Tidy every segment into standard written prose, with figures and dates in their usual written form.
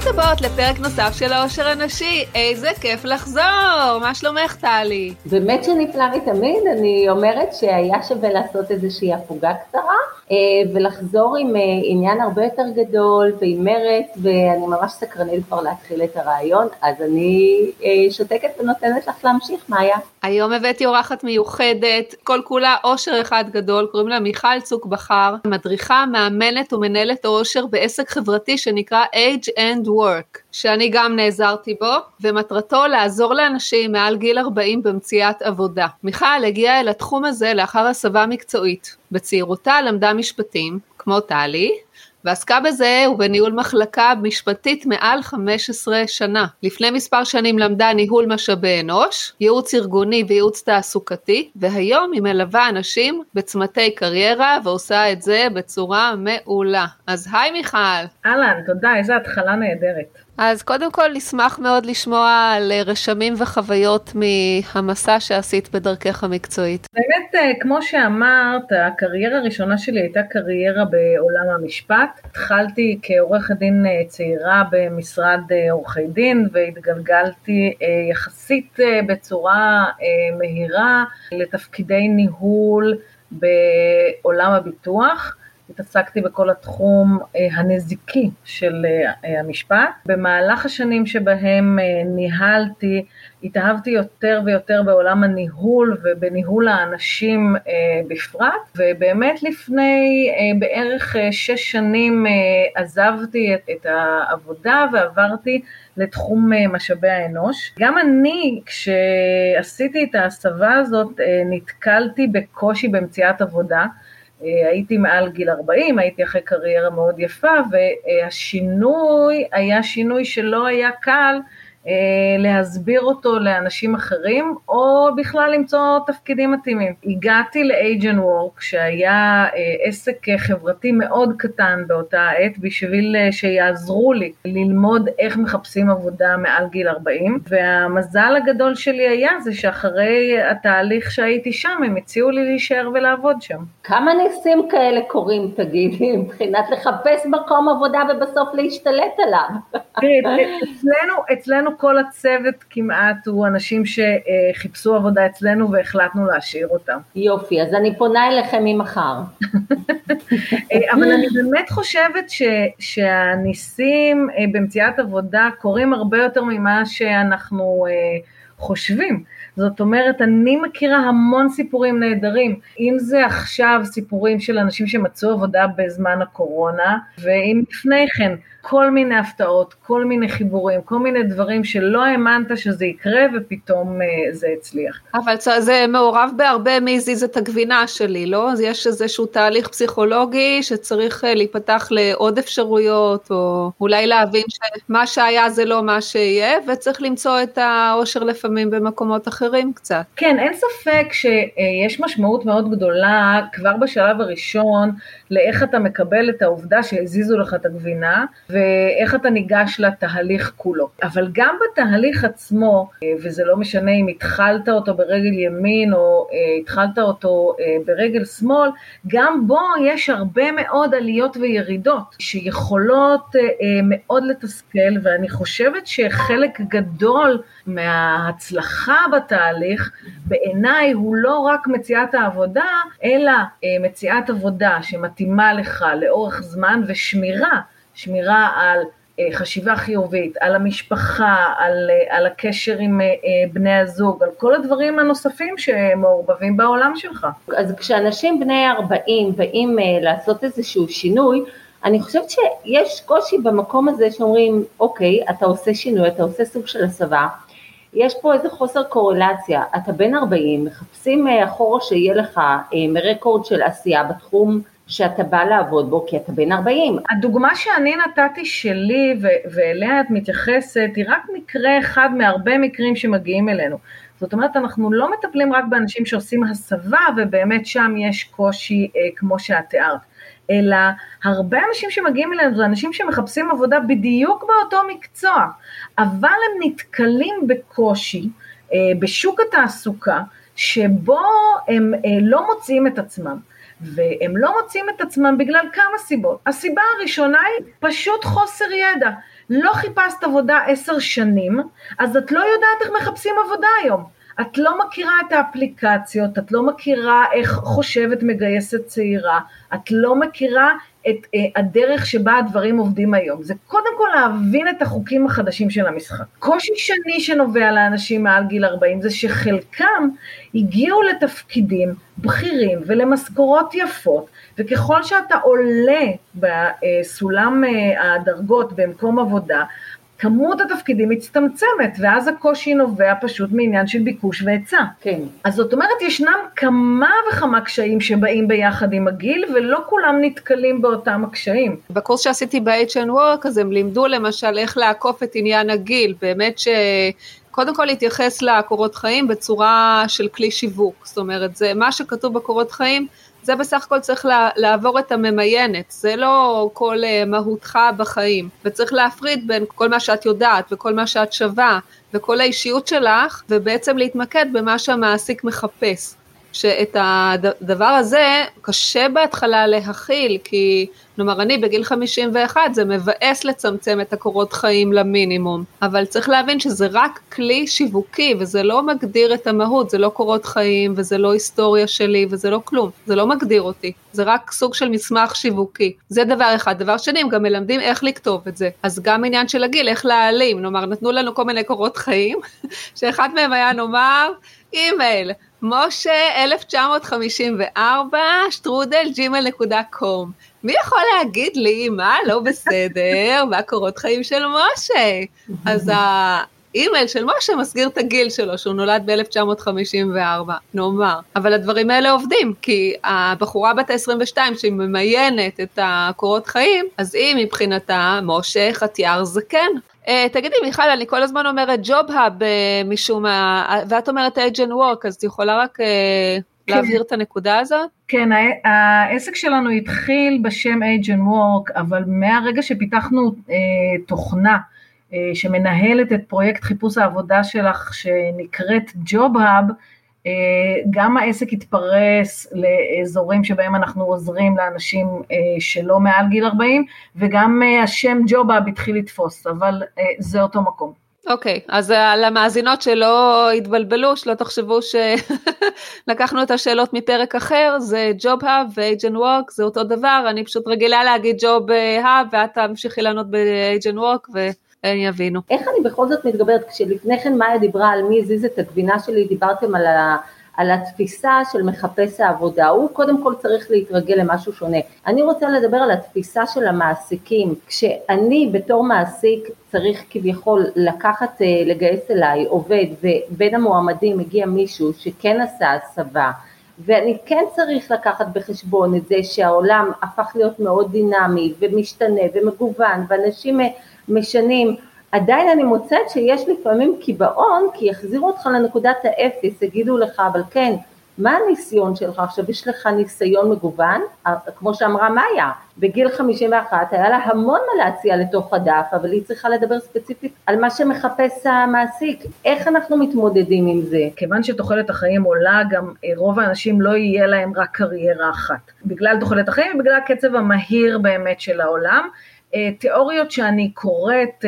ברוכות הבאות לפרק נוסף של העושר הנשי. איזה כיף לחזור, מה שלומך טלי? באמת שנפלא ותמיד, אני אומרת שהיה שווה לעשות איזושהי הפוגה קצרה, ולחזור עם עניין הרבה יותר גדול ועם מרץ, ואני ממש סקרנית כבר להתחיל את הרעיון, אז אני שותקת ונותנת לך להמשיך, מאיה. היום הבאתי אורחת מיוחדת, כל כולה עושר אחד גדול, קוראים לה מיכל צוק בחר, מדריכה, מאמנת ומנהלת העושר בעסק חברתי שנקרא Age and Work, שאני גם נעזרתי בו, ומטרתו לעזור לאנשים מעל גיל 40 במציאת עבודה. מיכל הגיעה אל התחום הזה לאחר הסבה מקצועית. בצעירותה למדה משפטים, כמו טלי, ועסקה בזה ובניהול מחלקה משפטית מעל 15 שנה. לפני מספר שנים למדה ניהול משאבי אנוש, ייעוץ ארגוני וייעוץ תעסוקתי, והיום היא מלווה אנשים בצמתי קריירה ועושה את זה בצורה מעולה. אז היי מיכל. אהלן, תודה, איזה התחלה נהדרת. אז קודם כל נשמח מאוד לשמוע על רשמים וחוויות מהמסע שעשית בדרכך המקצועית. באמת, כמו שאמרת, הקריירה הראשונה שלי הייתה קריירה בעולם המשפט. התחלתי כעורכת דין צעירה במשרד עורכי דין, והתגלגלתי יחסית בצורה מהירה לתפקידי ניהול בעולם הביטוח. התעסקתי בכל התחום הנזיקי של המשפט. במהלך השנים שבהם ניהלתי, התאהבתי יותר ויותר בעולם הניהול ובניהול האנשים בפרט, ובאמת לפני בערך 6 שנים עזבתי את העבודה ועברתי לתחום משאבי האנוש. גם אני, כשעשיתי את ההסבה הזאת, נתקלתי בקושי במציאת עבודה. הייתי מעל גיל 40, הייתי אחרי קריירה מאוד יפה, והשינוי היה שינוי שלא היה קל להסביר אותו לאנשים אחרים, או בכלל למצוא תפקידים מתאימים. הגעתי ל-Age and Work, שהיה עסק חברתי מאוד קטן באותה עת, בשביל שיעזרו לי ללמוד איך מחפשים עבודה מעל גיל 40, והמזל הגדול שלי היה זה שאחרי התהליך שהייתי שם, הם הציעו לי להישאר ולעבוד שם. כמה ניסים כאלה קורים, תגידי, מבחינת לחפש מקום עבודה ובסוף להשתלט עליו? אצלנו כל הצוות כמעט הוא אנשים שחיפשו עבודה אצלנו והחלטנו להשאיר אותם. יופי, אז אני פונה אליכם ממחר. אבל אני באמת חושבת שהניסים במציאת עבודה קורים הרבה יותר ממה שאנחנו חושבים. זאת אומרת, אני מכירה המון סיפורים נהדרים, אם זה עכשיו סיפורים של אנשים שמצאו עבודה בזמן הקורונה, ואם לפני כן כל מיני הפתעות, כל מיני חיבורים, כל מיני דברים שלא האמנת שזה יקרה, ופתאום זה הצליח. אבל זה מעורב בהרבה מזיז את הגבינה שלי, לא? אז יש איזשהו תהליך פסיכולוגי שצריך להיפתח לעוד אפשרויות, או אולי להבין שמה שהיה זה לא מה שיהיה, וצריך למצוא את העושר לפעמים במקומות אחרים קצת. כן, אין ספק שיש משמעות מאוד גדולה, כבר בשלב הראשון, לאיך אתה מקבל את העובדה שהזיזו לך את הגבינה, ואיך אתה ניגש לתהליך כולו. אבל גם בתהליך עצמו, וזה לא משנה אם התחלת אותו ברגל ימין, או התחלת אותו ברגל שמאל, גם בו יש הרבה מאוד עליות וירידות, שיכולות מאוד לתסכל, ואני חושבת שחלק גדול מההצלחה בתהליך, בעיניי הוא לא רק מציאת העבודה, אלא מציאת עבודה שמתאימה לך לאורך זמן, ושמירה על חשיבה חיובית, על המשפחה, על הקשר עם בני הזוג, על כל הדברים הנוספים שמעורבבים בעולם שלך. אז כשאנשים בני 40 באים לעשות איזשהו שינוי, אני חושבת שיש קושי במקום הזה שאומרים, אוקיי, אתה עושה שינוי, אתה עושה סוג של הסבה, יש פה איזה חוסר קורלציה, אתה בן 40, מחפשים אחורה שיהיה לך מרקורד של עשייה בתחום שאתה בא לעבוד בו, כי אתה בן 40. הדוגמה שאני נתתי שלי, ואליה את מתייחסת, היא רק מקרה אחד מהרבה מקרים שמגיעים אלינו. זאת אומרת, אנחנו לא מטפלים רק באנשים שעושים הסבה, ובאמת שם יש קושי כמו שאת תיארת. אלא הרבה אנשים שמגיעים אלינו, זה אנשים שמחפשים עבודה בדיוק באותו מקצוע, אבל הם נתקלים בקושי בשוק התעסוקה, שבו הם לא מוצאים את עצמם. והם לא מוצאים את עצמם בגלל כמה סיבות. הסיבה הראשונה היא פשוט חוסר ידע. לא חיפשת עבודה 10 שנים, אז את לא יודעת איך מחפשים עבודה היום. את לא מכירה את האפליקציות, את לא מכירה איך חושבת מגייסת צעירה, את לא מכירה את הדרך שבה הדברים עובדים היום. זה קודם כל להבין את החוקים החדשים של המשחק. קושי שני שנובע לאנשים מעל גיל 40 זה שחלקם הגיעו לתפקידים בכירים ולמשכורות יפות, וככל שאתה עולה בסולם הדרגות במקום עבודה, כמות התפקידים מצטמצמת, ואז הקושי נובע פשוט מעניין של ביקוש והיצע. כן. אז זאת אומרת, ישנם כמה וכמה קשיים שבאים ביחד עם הגיל, ולא כולם נתקלים באותם הקשיים. בקורס שעשיתי ב-H&Work, אז הם לימדו למשל איך לעקוף את עניין הגיל, באמת קודם כל להתייחס לקורות חיים בצורה של כלי שיווק, זאת אומרת, זה מה שכתוב בקורות חיים, זה בסך הכל צריך לעבור את הממיינת, זה לא כל מהותך בחיים, וצריך להפריד בין כל מה שאת יודעת וכל מה שאת שווה, וכל האישיות שלך, ובעצם להתמקד במה שהמעסיק מחפש. שאת הדבר הזה קשה בהתחלה להכיל, כי נאמר אני בגיל 51 זה מבאס לצמצם את הקורות חיים למינימום, אבל צריך להבין שזה רק כלי שיווקי, וזה לא מגדיר את המהות, זה לא קורות חיים, וזה לא היסטוריה שלי, וזה לא כלום, זה לא מגדיר אותי, זה רק סוג של מסמך שיווקי, זה דבר אחד. דבר שני, הם גם מלמדים איך לכתוב את זה, אז גם עניין של הגיל, איך להעלים, נאמר נתנו לנו כל מיני קורות חיים, שאחד מהם היה נאמר, אימייל, משה 1954 שטרודל@gmail.com. מי יכול להגיד לי מה לא בסדר והקורות חיים של משה? אז האימייל של משה מסגיר את הגיל שלו, שהוא נולד ב-1954, נאמר. אבל הדברים האלה עובדים, כי הבחורה בת ה-22 שהיא ממיינת את הקורות חיים, אז היא מבחינתה משה חתיאר זקן. תגידי מיכל, אני כל הזמן אומרת ג'וב-האב משום מה, ואת אומרת H&Work, אז את יכולה רק להבהיר את הנקודה הזאת? כן, העסק שלנו התחיל בשם H&Work, אבל מהרגע שפיתחנו תוכנה שמנהלת את פרויקט חיפוש העבודה שלך שנקראת ג'וב-האב, גם העסק התפרס לאזורים שבהם אנחנו עוזרים לאנשים שלא מעל גיל 40, וגם השם ג'וב-האב התחיל לתפוס, אבל זה אותו מקום. אוקיי, אז למאזינות שלא התבלבלו, שלא תחשבו שלקחנו את השאלות מפרק אחר, זה ג'וב-האב ו-H&Work, זה אותו דבר, אני פשוט רגילה להגיד ג'וב-האב, ואת תמשיכי לענות ב-H&Work, הם יבינו. איך אני בכל זאת מתגברת, כשלפני כן מאיה דיברה על מי הזיז את הגבינה שלי, דיברתם על התפיסה של מחפש העבודה, הוא קודם כל צריך להתרגל למשהו שונה. אני רוצה לדבר על התפיסה של המעסיקים, כשאני בתור מעסיק צריך כביכול לקחת, לגייס אליי עובד, ובין המועמדים מגיע מישהו שכן עשה הסבה, ואני כן צריך לקחת בחשבון את זה שהעולם הפך להיות מאוד דינמי ומשתנה ומגוון, ואנשים משנים, עדיין אני מוצאת שיש לפעמים קיבעון, כי יחזירו אותך לנקודת האפס, יגידו לך, אבל כן, מה הניסיון שלך? עכשיו יש לך ניסיון מגוון, כמו שאמרה מאיה, בגיל 51 היה לה המון מה להציע לתוך הדף, אבל היא צריכה לדבר ספציפית על מה שמחפש המעסיק. איך אנחנו מתמודדים עם זה? כיוון שתוחלת החיים עולה, גם רוב האנשים לא יהיה להם רק קריירה אחת. בגלל תוחלת החיים ובגלל הקצב המהיר באמת של העולם, תיאוריות שאני קוראת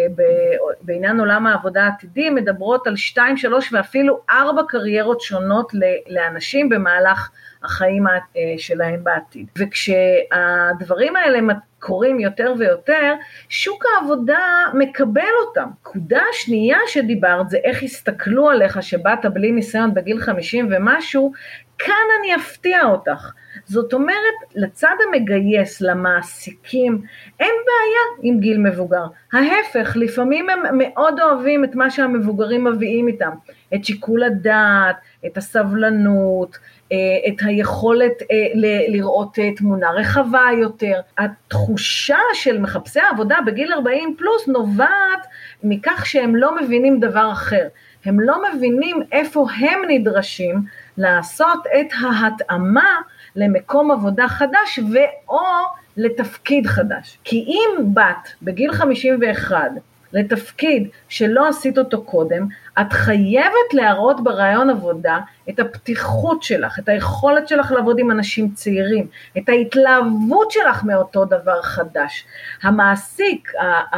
בעניין עולם העבודה העתידי, מדברות על 2, 3 ואפילו 4 קריירות שונות לאנשים במהלך החיים שלהם בעתיד. וכשהדברים האלה קורים יותר ויותר, שוק העבודה מקבל אותם. נקודה השנייה שדיברת זה איך הסתכלו עליך שבאת בלי ניסיון בגיל 50 ומשהו, כאן אני אפתיע אותך. זאת אומרת, לצד המגייס למעסיקים, אין בעיה עם גיל מבוגר. ההפך, לפעמים הם מאוד אוהבים את מה שהמבוגרים מביאים איתם. את שיקול הדעת, את הסבלנות, את היכולת לראות תמונה רחבה יותר. התחושה של מחפשי העבודה בגיל 40 פלוס נובעת מכך שהם לא מבינים דבר אחר. הם לא מבינים איפה הם נדרשים לעשות את ההתאמה למקום עבודה חדש ואו לתפקיד חדש. כי אם בת בגיל 51 לתפקיד שלא עשית אותו קודם, את חייבת להראות ברעיון עבודה את הפתיחות שלך, את היכולת שלך לעבוד עם אנשים צעירים, את ההתלהבות שלך מאותו דבר חדש. המעסיק,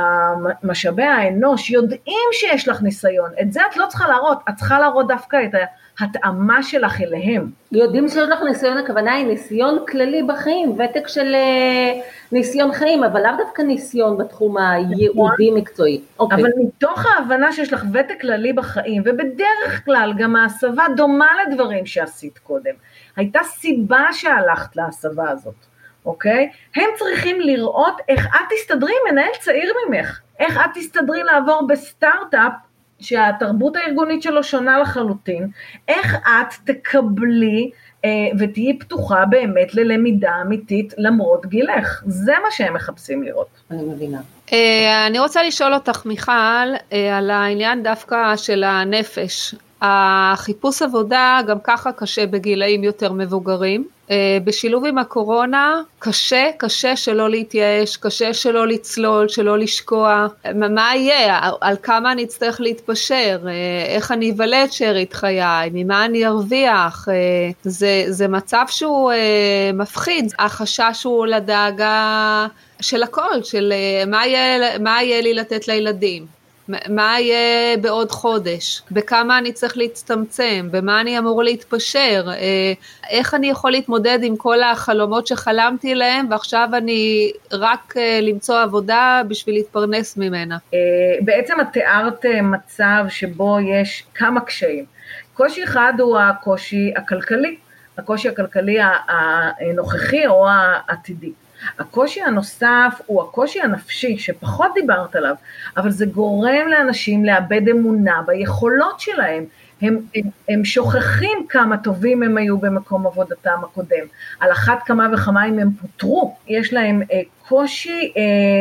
משאבי האנוש, יודעים שיש לך ניסיון, את זה את לא צריכה להראות, את צריכה להראות דווקא את ההתאמה שלך אליהם. יודעים שיש לך ניסיון, הכוונה היא ניסיון כללי בחיים, ותק של ניסיון חיים, אבל לאו דווקא ניסיון בתחום הייעודי מקצועי. אבל מתוך ההבנה שיש לך ותק כללי בחיים, ובדרך כלל גם ההסבה דומה לדברים שעשית קודם. הייתה סיבה שהלכת להסבה הזאת, אוקיי? הם צריכים לראות איך את תסתדרי מנהל צעיר ממך, איך את תסתדרי לעבור בסטארט-אפ, שהתרבות הארגונית שלו שונה לחלוטין, איך את תקבלי ותהיי פתוחה באמת ללמידה אמיתית למרות גילך, זה מה שהם מחפשים לראות. אני מבינה. אני רוצה לשאול אותך מיכל, על העניין דווקא של הנפש. החיפוש עבודה גם ככה קשה בגילאים יותר מבוגרים, בשילוב עם הקורונה קשה שלא להתייאש, קשה שלא לצלול, שלא לשקוע. מה יהיה? על כמה אני אצטרך להתפשר? איך אני אבלט שארית חיי? ממה אני ארוויח? זה מצב שהוא מפחיד. החשש הוא לדאגה של הכל, של מה יהיה לי לתת לילדים. מה יהיה בעוד חודש, בכמה אני צריך להצטמצם, במה אני אמור להתפשר, איך אני יכול להתמודד עם כל החלומות שחלמתי להם, ועכשיו אני רק למצוא עבודה בשביל להתפרנס ממנה. בעצם את תיארת מצב שבו יש כמה קשיים. קושי אחד הוא הקושי הכלכלי, הקושי הכלכלי הנוכחי או העתידי. הקושי הנוסף הוא הקושי הנפשי שפחות דיברת עליו, אבל זה גורם לאנשים לאבד אמונה ביכולות שלהם, הם שוכחים כמה טובים הם היו במקום עבודתם הקודם, על אחת כמה וכמה אם הם פוטרו, יש להם קושי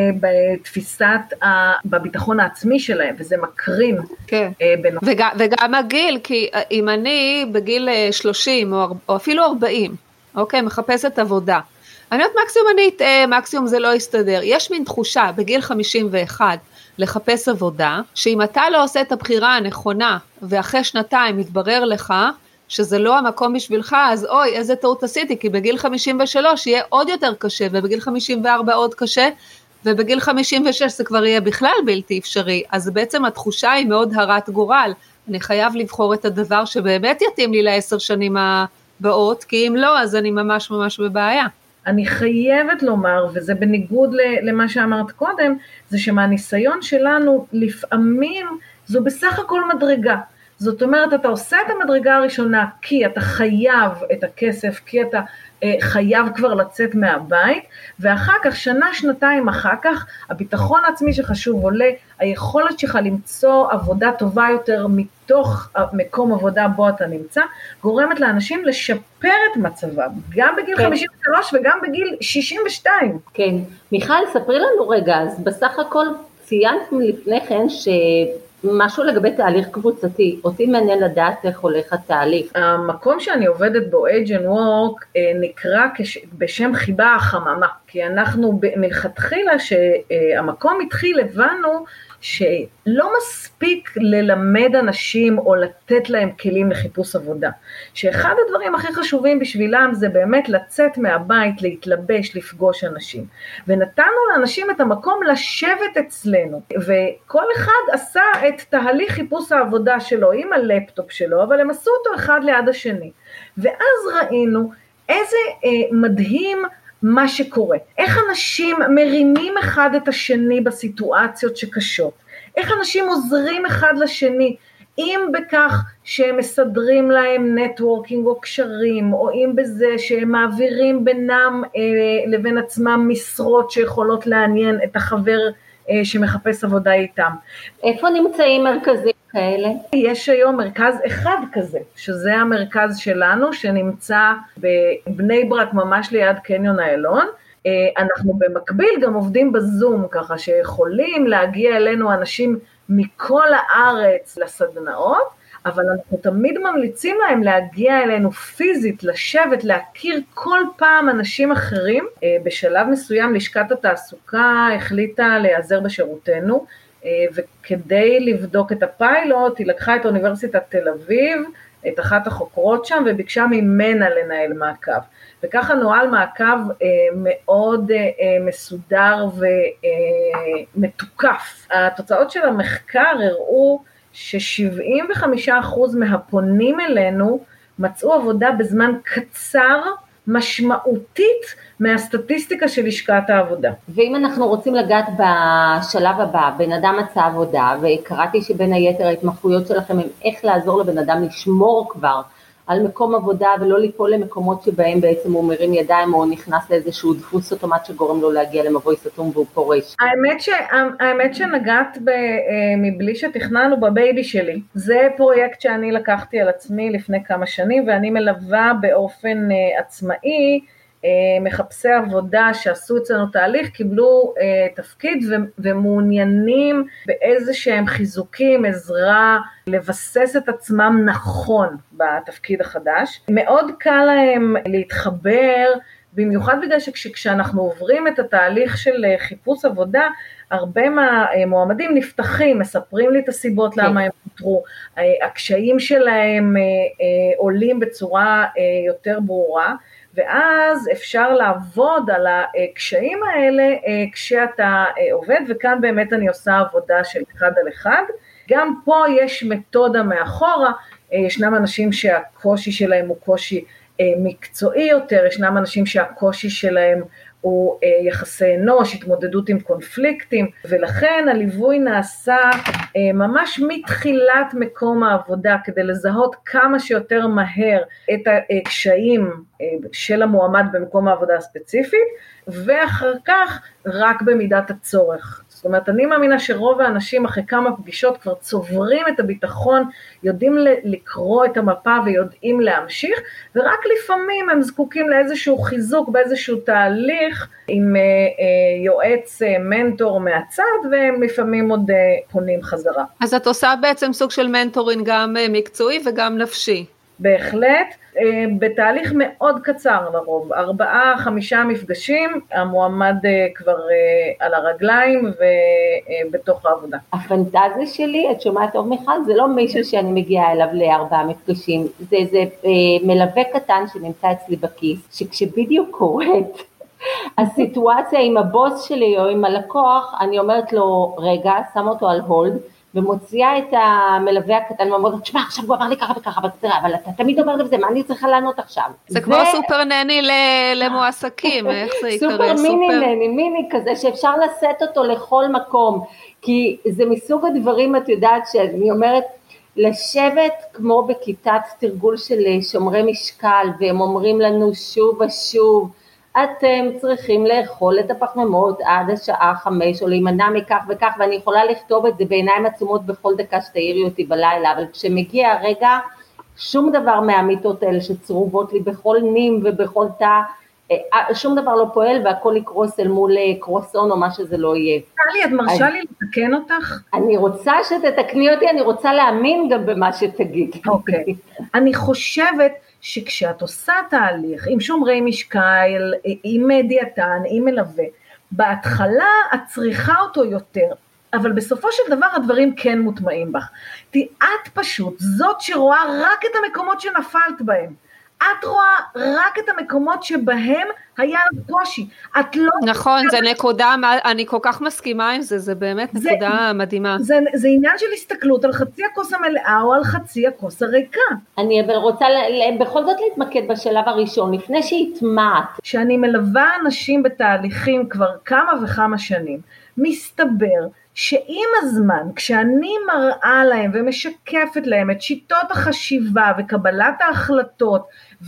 בביטחון העצמי שלהם, וזה מקרים. כן. וגם הגיל, כי אם אני בגיל 30 או אפילו 40, אוקיי, מחפשת עבודה, אני יודעת מקסימום זה לא יסתדר. יש מין תחושה בגיל 51 לחפש עבודה, שאם אתה לא עושה את הבחירה הנכונה, ואחרי שנתיים מתברר לך שזה לא המקום בשבילך, אז אוי, איזה טעות עשיתי, כי בגיל 53 יהיה עוד יותר קשה, ובגיל 54 עוד קשה, ובגיל 56 זה כבר יהיה בכלל בלתי אפשרי. אז בעצם התחושה היא מאוד הרת גורל. אני חייב לבחור את הדבר שבאמת יתאים לי ל10 שנים הבאות, כי אם לא, אז אני ממש בבעיה. אני חייבת לומר, וזה בניגוד למה שאמרת קודם, זה שמהניסיון שלנו לפעמים זו בסך הכל מדרגה. זאת אומרת, אתה עושה את המדרגה הראשונה כי אתה חייב את הכסף, כי אתה חייב כבר לצאת מהבית, ואחר כך, שנתיים אחר כך, הביטחון העצמי שחשוב עולה, היכולת שלך למצוא עבודה טובה יותר מתוך מקום עבודה בו אתה נמצא, גורמת לאנשים לשפר את מצבם, גם בגיל 53 וגם בגיל 62. כן, מיכל, ספרי לנו רגע, אז בסך הכל ציינתם לפני כן משהו לגבי תהליך קבוצתי, אותי מעניין לדעת איך הולך התהליך. המקום שאני עובדת בו, Age and Work, נקרא בשם חיבה החממה, כי אנחנו מלכתחילה שהמקום התחיל, הבנו שלא מספיק ללמד אנשים או לתת להם כלים לחיפוש עבודה, שאחד הדברים הכי חשובים בשבילם זה באמת לצאת מהבית, להתלבש, לפגוש אנשים, ונתנו לאנשים את המקום לשבת אצלנו, וכל אחד עשה את תהליך חיפוש העבודה שלו עם הלפטופ שלו, אבל הם עשו אותו אחד ליד השני, ואז ראינו איזה מדהים מה שקורה, איך אנשים מרימים אחד את השני בסיטואציות שקשות, איך אנשים עוזרים אחד לשני, אם בכך שהם מסדרים להם נטוורקינג או קשרים, או אם בזה שהם מעבירים בינם לבין עצמם משרות שיכולות לעניין את החבר שמחפש עבודה איתם. איפה נמצאים מרכזים כאלה? יש היום מרכז אחד כזה, שזה המרכז שלנו, שנמצא בבני ברק ממש ליד קניון איילון. אנחנו במקביל גם עובדים בזום, ככה שיכולים להגיע אלינו אנשים מכל הארץ לסדנאות, אבל אנחנו תמיד ממליצים להם להגיע אלינו פיזית, לשבת, להכיר כל פעם אנשים אחרים. בשלב מסוים לשכת התעסוקה החליטה להיעזר בשירותנו, וכדי לבדוק את הפיילוט, היא לקחה את אוניברסיטת תל אביב, את אחת החוקרות שם, וביקשה ממנה לנהל מעקב. וככה נוהל מעקב מאוד מסודר ומתוקף. התוצאות של המחקר הראו ש75% מהפונים אלינו מצאו עבודה בזמן קצר, משמעותית מהסטטיסטיקה של לשכת העבודה. ואם אנחנו רוצים לגעת בשלב הבא, בן אדם מצא עבודה, וקראתי שבין היתר ההתמחויות שלכם הם איך לעזור לבן אדם לשמור כבר על מקום עבודה, ולא ליפול למקומות שבהם בעצם הוא מרים ידיים, או נכנס לאיזשהו דפוס אוטומט שגורם לו להגיע למבוי סתום והוא פורש. האמת שנגעת מבלי שתכננו בבייבי שלי. זה פרויקט שאני לקחתי על עצמי לפני כמה שנים, ואני מלווה באופן עצמאי, מחפשי עבודה שעשו אצלנו תהליך, קיבלו תפקיד ומעוניינים באיזה שהם חיזוקים, עזרה, לבסס את עצמם נכון בתפקיד החדש. מאוד קל להם להתחבר, במיוחד בגלל שכשאנחנו עוברים את התהליך של חיפוש עבודה, הרבה מהמועמדים נפתחים, מספרים לי את הסיבות למה הם פוטרו, הקשיים שלהם עולים בצורה יותר ברורה, ואז אפשר לעבוד על הקשיים האלה כשאתה עובד, וכאן באמת אני עושה עבודה של אחד על אחד. גם פה יש מתודה מאחורה, ישנם אנשים שהקושי שלהם הוא קושי מקצועי יותר, ישנם אנשים שהקושי שלהם הוא יחסי אנוש, התמודדות עם קונפליקטים, ולכן הליווי נעשה ממש מתחילת מקום העבודה, כדי לזהות כמה שיותר מהר את הקשיים של המועמד במקום העבודה הספציפית, ואחר כך רק במידת הצורך. זאת אומרת, אני מאמינה שרוב האנשים אחרי כמה פגישות כבר צוברים את הביטחון, יודעים לקרוא את המפה ויודעים להמשיך, ורק לפעמים הם זקוקים לאיזשהו חיזוק, באיזשהו תהליך עם יועץ מנטור מהצד, והם לפעמים עוד פונים חזרה. אז את עושה בעצם סוג של מנטורינג גם מקצועי וגם נפשי. בהחלט, בתהליך מאוד קצר לרוב, 4-5 מפגשים, המועמד כבר על הרגליים ובתוך העבודה. הפנטזיה שלי, את שומעת טוב מיכל, זה לא מישהו שאני מגיעה אליו ל4 מפגשים, זה מלווה קטן שנמצא אצלי בכיס, שכשבדיוק קורית הסיטואציה עם הבוס שלי או עם הלקוח, אני אומרת לו רגע, שם אותו על הולד, ומוציאה את המלווה הקטן, ואומרת, תשמע, עכשיו הוא אמר לי ככה וככה, אבל אתה תמיד אומר לזה, מה אני צריכה לענות עכשיו? זה כמו סופר נני למועסקים, איך זה יקרה? סופר מיני נני, מיני כזה, שאפשר לשאת אותו לכל מקום, כי זה מסוג הדברים, את יודעת, שאני אומרת, לשבת כמו בכיתת תרגול של שומרי משקל, והם אומרים לנו שוב ושוב, אתם צריכים לאכול את הפחמימות עד השעה 5, או להימנע מכך וכך, ואני יכולה לכתוב את זה בעיניים עצומות בכל דקה שתעירי אותי בלילה, אבל כשמגיע הרגע, שום דבר מהמיטות האלה שצרובות לי בכל נים ובכל תא, שום דבר לא פועל, והכל יקרוס אל מול קרוסון או מה שזה לא יהיה. טלי, את מרשה לי לתקן אותך? אני רוצה שתתקני אותי, אני רוצה להאמין גם במה שתגיד. אוקיי. אני חושבת שכשאת עושה תהליך עם שומרי משקל, עם דיאטן, עם מלווה, בהתחלה את צריכה אותו יותר, אבל בסופו של דבר הדברים כן מוטמעים בך. את פשוט זאת שרואה רק את המקומות שנפלת בהם. את רואה רק את המקומות שבהם היה קושי. את לא... נכון, זה נקודה, אני כל כך מסכימה עם זה, זה באמת נקודה מדהימה. זה עניין של הסתכלות על חצי הכוס המלאה או על חצי הכוס הריקה. אני אבל רוצה בכל זאת להתמקד בשלב הראשון, לפני שהתמעת. שאני מלווה אנשים בתהליכים כבר כמה וכמה שנים, מסתבר שעם הזמן, כשאני מראה להם ומשקפת להם את שיטות החשיבה וקבלת ההחלטות,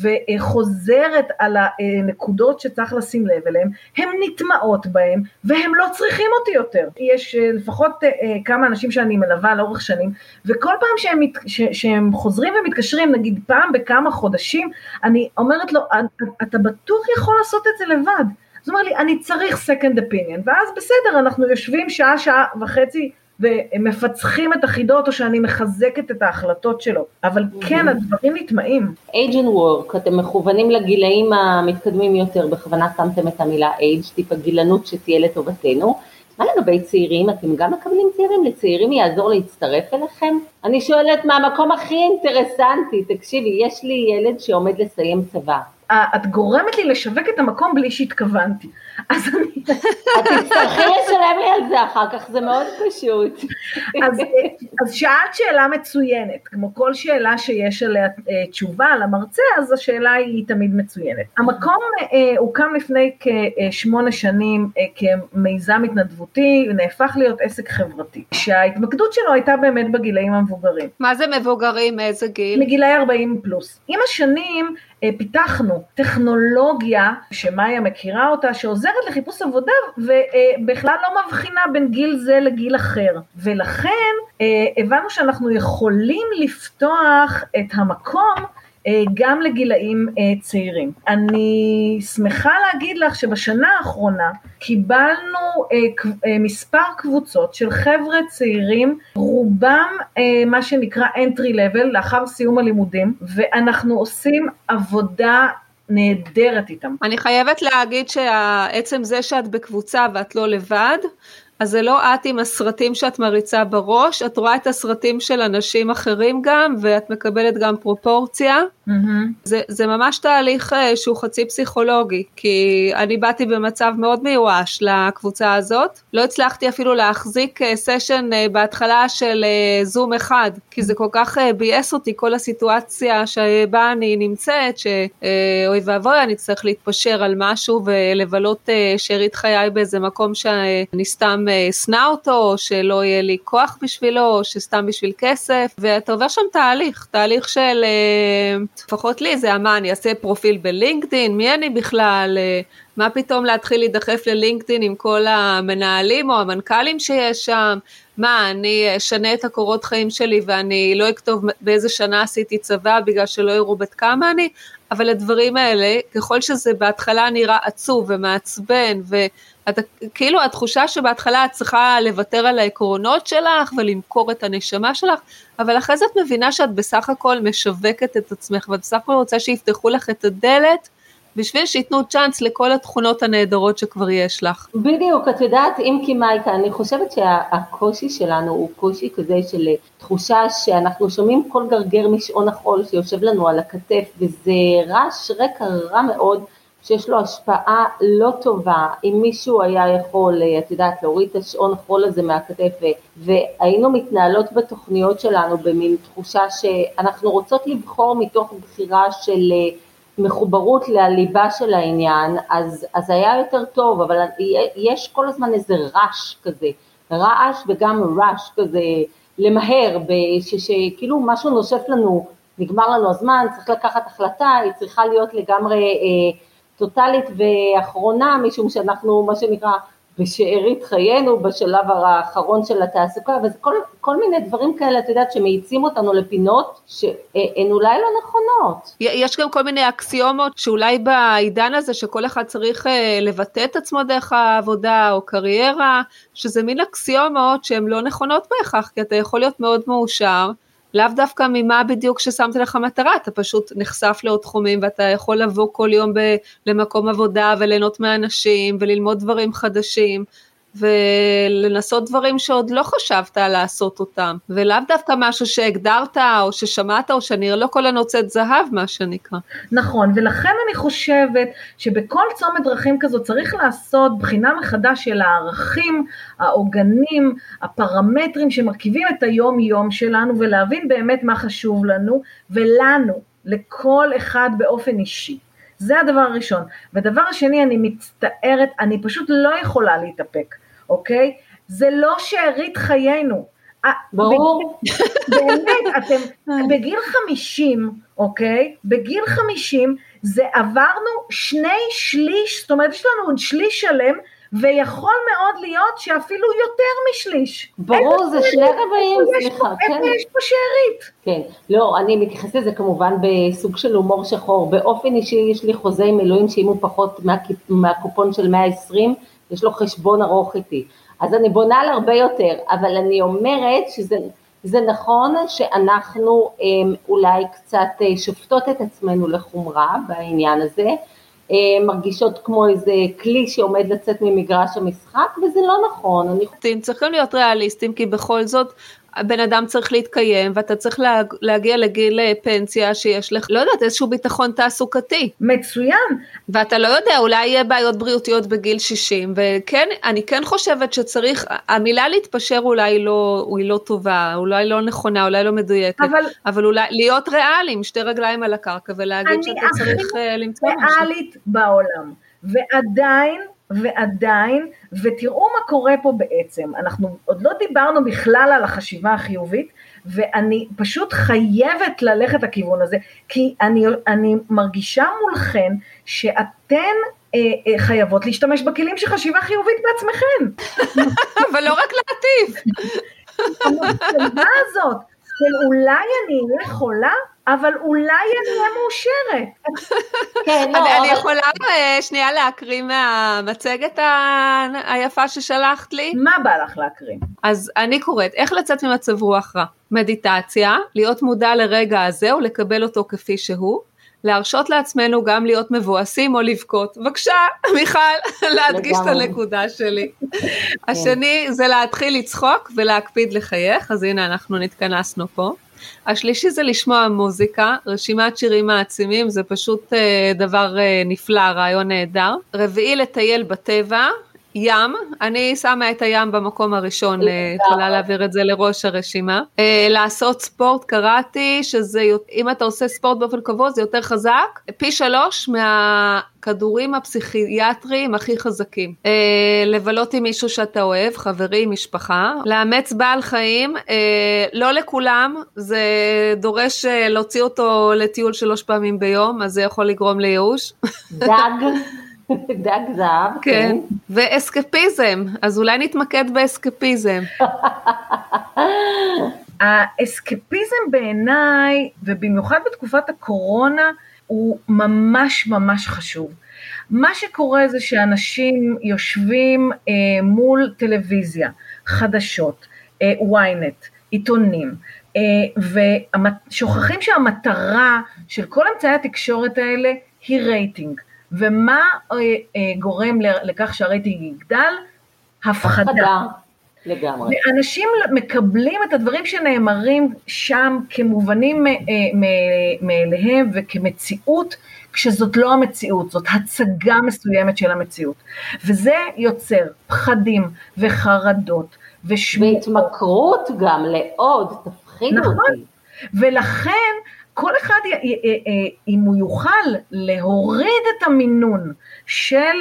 וחוזרת על הנקודות שצריך לשים לב אליהם, הם נטמעות בהם, והם לא צריכים אותי יותר. יש לפחות כמה אנשים שאני מלווה לאורך שנים, וכל פעם שהם חוזרים ומתקשרים, נגיד פעם בכמה חודשים, אני אומרת לו, אתה בטוח יכול לעשות את זה לבד. זאת אומרת לי, אני צריך second opinion, ואז בסדר, אנחנו יושבים שעה וחצי, ומפצחים את החידות, או שאני מחזקת את ההחלטות שלו, אבל כן, הדברים נטמעים. Age and work, אתם מכוונים לגילאים המתקדמים יותר, בכוונה שמתם את המילה age, טיפ הגילנות שתהיה לטובתנו, מה לגבי צעירים? אתם גם מקבלים צעירים? לצעירים יעזור להצטרף אליכם? אני שואלת מהמקום הכי אינטרסנטי, תקשיבי, יש לי ילד שעומד לסיים צבא. את גורמת לי לשווק את המקום בלי שהתכוונתי. אז אני... את תצטרכי לשלם לי על זה אחר כך, זה מאוד פשוט. אז שאלת שאלה מצוינת, כמו כל שאלה שיש עליה תשובה על המרצה, אז השאלה היא תמיד מצוינת. המקום הוקם לפני כ8 שנים כמיזם התנדבותי, ונהפך להיות עסק חברתי, שההתמקדות שלו הייתה באמת בגילאים המבוגרים. מה זה מבוגרים? מאיזה גיל? מגילאי 40 פלוס. עם השנים פיתחנו טכנולוגיה שמאיה מכירה אותה, שעוזרת לחיפוש עבודה ובכלל לא מבחינה בין גיל זה לגיל אחר, ולכן הבנו שאנחנו יכולים לפתוח את המקום גם לגילאים צעירים. אני שמחה להגיד לך שבשנה האחרונה קיבלנו מספר קבוצות של חבר'ה צעירים, רובם מה שנקרא entry level לאחר סיום הלימודים, ואנחנו עושים עבודה נהדרת איתם. אני חייבת להגיד שעצם זה שאת בקבוצה ואת לא לבד, אז זה לא את עם הסרטים שאת מריצה בראש, את רואה את הסרטים של אנשים אחרים גם, ואת מקבלת גם פרופורציה. זה ממש תהליך שהוא חצי פסיכולוגי, כי אני באתי במצב מאוד מיואש לקבוצה הזאת, לא הצלחתי אפילו להחזיק סשן בהתחלה של זום אחד, כי זה כל כך בייס אותי כל הסיטואציה שבה אני נמצאת, שאוי ואבוי, אני צריך להתפשר על משהו ולבלות שארית חיי באיזה מקום שאני סתם סנה אותו, או שלא יהיה לי כוח בשבילו, או שסתם בשביל כסף, ואתה עובר שם תהליך של, לפחות לי זה מה, אני אעשה פרופיל בלינקדין, מי אני בכלל, מה פתאום להתחיל להידחף ללינקדין עם כל המנהלים או המנכ"לים שיש שם, מה, אני אשנה את הקורות חיים שלי, ואני לא אכתוב באיזה שנה עשיתי צבא, בגלל שלא יראו בת כמה אני, אבל הדברים האלה, ככל שזה בהתחלה נראה עצוב ומעצבן, כאילו התחושה שבהתחלה את צריכה לוותר על העקרונות שלך, ולמכור את הנשמה שלך, אבל אחרי זה את מבינה שאת בסך הכל משווקת את עצמך, ואת בסך הכל רוצה שיפתחו לך את הדלת, בשביל שיתנו צ'אנס לכל התכונות הנהדרות שכבר יש לך. בדיוק, את יודעת, אם כי מייקה, אני חושבת שהקושי שלנו הוא קושי כזה של תחושה שאנחנו שומעים כל גרגר משעון החול שיושב לנו על הכתף, וזה רעש רקע רע מאוד, שיש לו השפעה לא טובה. אם מישהו היה יכול, את יודעת, להוריד את השעון החול הזה מהכתף, והיינו מתנהלות בתוכניות שלנו במין תחושה שאנחנו רוצות לבחור מתוך בחירה של מחוברות לליבה של העניין, אז היה יותר טוב, אבל יש כל הזמן איזה רעש כזה, רעש וגם רעש כזה, למהר, שכאילו משהו נושף לנו, נגמר לנו הזמן, צריך לקחת החלטה, היא צריכה להיות לגמרי טוטלית ואחרונה, משום שאנחנו, מה שנקרא, בשארית חיינו, בשלב האחרון של התעסוקה, וזה כל מיני דברים כאלה, את יודעת, שמייצים אותנו לפינות, שהן אולי לא נכונות. יש גם כל מיני אקסיומות, שאולי בעידן הזה, שכל אחד צריך לבטא את עצמו דרך העבודה, או קריירה, שזה מין אקסיומות, שהן לא נכונות בהכרח, כי אתה יכול להיות מאוד מאושר, לאו דווקא ממה בדיוק ששמת לך מטרה, אתה פשוט נחשף לעוד תחומים, ואתה יכול לבוא כל יום למקום עבודה, וליהנות מהאנשים, וללמוד דברים חדשים, ולנסות דברים שעוד לא חשבת לעשות אותם, ולאו דווקא משהו שהגדרת, או ששמעת, או שנראה לא כל הנוצאת זהב, מה שנקרא. נכון, ולכן אני חושבת, שבכל צומת דרכים כזו, צריך לעשות בחינה מחדש של הערכים, העוגנים, הפרמטרים, שמרכיבים את היום יום שלנו, ולהבין באמת מה חשוב לנו, ולנו, לכל אחד באופן אישי. זה הדבר הראשון. ודבר השני, אני מצטערת, אני פשוט לא יכולה להתאפק, אוקיי? זה לא שארית חיינו. ברור. באמת, אתם בגיל 50, אוקיי? בגיל 50, זה עברנו 2/3, זאת אומרת, יש לנו עוד שליש שלם, ויכול מאוד להיות שאפילו יותר משליש. ברור, זה 2/4, סליחה. יש פה שארית. כן, לא, אני מתייחסת לזה כמובן בסוג של הומור שחור. באופן אישי יש לי חוזי מילואים שאם הוא פחות מהקופון של 120, יש לו חשבון ארוך איתי. אז אני בונה על הרבה יותר, אבל אני אומרת שזה נכון שאנחנו אולי קצת שופטות את עצמנו לחומרה בעניין הזה, מרגישות כמו איזה כלי שעומד לצאת ממגרש המשחק, וזה לא נכון. צריכים להיות ריאליסטים, כי בכל זאת, הבן אדם צריך להתקיים, ואתה צריך להגיע לגיל פנסיה שיש לך, לא יודעת, איזשהו ביטחון תעסוקתי. מצוין. ואתה לא יודע, אולי יהיה בעיות בריאותיות בגיל 60, וכן, אני כן חושבת שצריך, המילה להתפשר אולי לא טובה, אולי לא נכונה, אולי לא מדויקת, אבל אולי להיות ריאליים, שתי רגליים על הקרקע, ולהגיד שאתה צריך למצוא משהו. אני הכי ריאלית בעולם, ועדיין, ותראו מה קורה פה בעצם, אנחנו עוד לא דיברנו בכלל על החשיבה החיובית, ואני פשוט חייבת ללכת לכיוון הזה, כי אני מרגישה מולכן, שאתן חייבות להשתמש בכלים של חשיבה חיובית בעצמכן. אבל לא רק להטיף. המחשבה הזאת, של אולי אני אהיה חולה, אבל אולי אני אהיה מאושרת. אני יכולה שנייה להקריא מהמצגת היפה ששלחת לי? מה בא לך להקריא? אז אני קוראת, איך לצאת ממצב רוח רע? מדיטציה, להיות מודע לרגע הזה ולקבל אותו כפי שהוא, להרשות לעצמנו גם להיות מבואסים או לבכות. בבקשה, מיכל, להדגיש את הנקודה שלי. השני זה להתחיל לצחוק ולהקפיד לחייך, אז הנה אנחנו נתכנסנו פה. השלישי זה לשמוע מוזיקה, רשימת שירים מעצימים, זה פשוט דבר נפלא, רעיון נהדר. רביעי לטייל בטבע, ים, אני שמה את הים במקום הראשון, יכולה להעביר את זה לראש הרשימה. לעשות ספורט, קראתי, שזה, אם אתה עושה ספורט באופן קבוע, זה יותר חזק, פי 3 מהכדורים הפסיכיאטריים הכי חזקים. לבלות עם מישהו שאתה אוהב, חברים, משפחה, לאמץ בעל חיים, לא לכולם, זה דורש להוציא אותו לטיול 3 פעמים ביום, אז זה יכול לגרום לייאוש. דג זהב. כן, ואסקפיזם, אז אולי נתמקד באסקפיזם. האסקפיזם בעיניי, ובמיוחד בתקופת הקורונה, הוא ממש ממש חשוב. מה שקורה זה שאנשים יושבים מול טלוויזיה, חדשות, ynet, עיתונים, ושוכחים שהמטרה של כל אמצעי התקשורת האלה היא רייטינג. ומה גורם לכך שהרייטינג יגדל? הפחדה. לגמרי. ואנשים מקבלים את הדברים שנאמרים שם כמובנים מאליהם וכמציאות, כשזאת לא המציאות, זאת הצגה מסוימת של המציאות. וזה יוצר פחדים וחרדות והתמכרות גם לעוד, תפחיד אותי. נכון, ולכן כל אחד, אם הוא יוכל להוריד את המינון של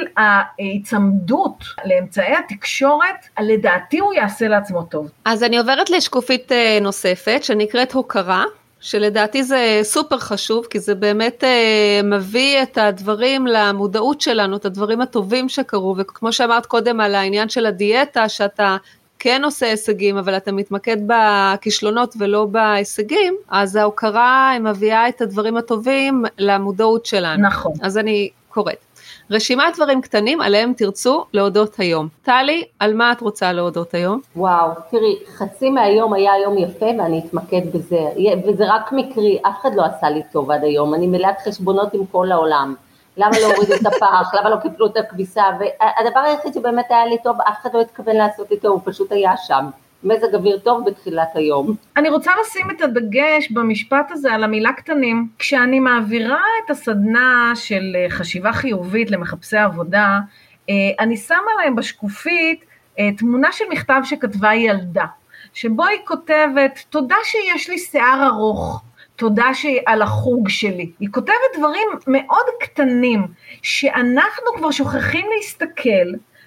ההצמדות לאמצעי התקשורת, לדעתי הוא יעשה לעצמו טוב. אז אני עוברת לשקופית נוספת, שנקראת הוקרה, שלדעתי זה סופר חשוב, כי זה באמת מביא את הדברים למודעות שלנו, את הדברים הטובים שקרו, וכמו שאמרת קודם על העניין של הדיאטה, שאתה כן עושה הישגים, אבל אתה מתמקד בכישלונות ולא בהישגים, אז ההוקרה מביאה את הדברים הטובים למודעות שלנו. נכון. אז אני קוראת. רשימת דברים קטנים עליהם תרצו להודות היום. טלי, על מה את רוצה להודות היום? וואו, תראי, חצי מהיום היה יום יפה ואני אתמקד בזה, וזה רק מקרי, אף אחד לא עשה לי טוב עד היום, אני מלאת חשבונות עם כל העולם. למה לא הורידו את הפח, למה לא קיפלו את הכביסה, והדבר היחיד שבאמת היה לי טוב, אף אחד לא התכוון לעשות לי טוב, הוא פשוט היה שם, מזג אוויר טוב בתחילת היום. אני רוצה לשים את הדגש במשפט הזה על המילה קטנים, כשאני מעבירה את הסדנה של חשיבה חיובית למחפשי עבודה, אני שמה להם בשקופית תמונה של מכתב שכתבה ילדה, שבו היא כותבת, תודה שיש לי שיער ארוך, תודה על החוג שלי. היא כותבת דברים מאוד קטנים, שאנחנו כבר שוכחים להסתכל,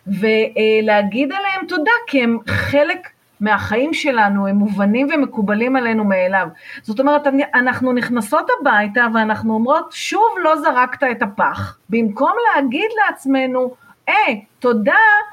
ולהגיד עליהם תודה, כי הם חלק מהחיים שלנו, הם מובנים ומקובלים עלינו מאליו. זאת אומרת, אנחנו נכנסות הביתה, ואנחנו אומרות, שוב לא זרקת את הפח, במקום להגיד לעצמנו, תודה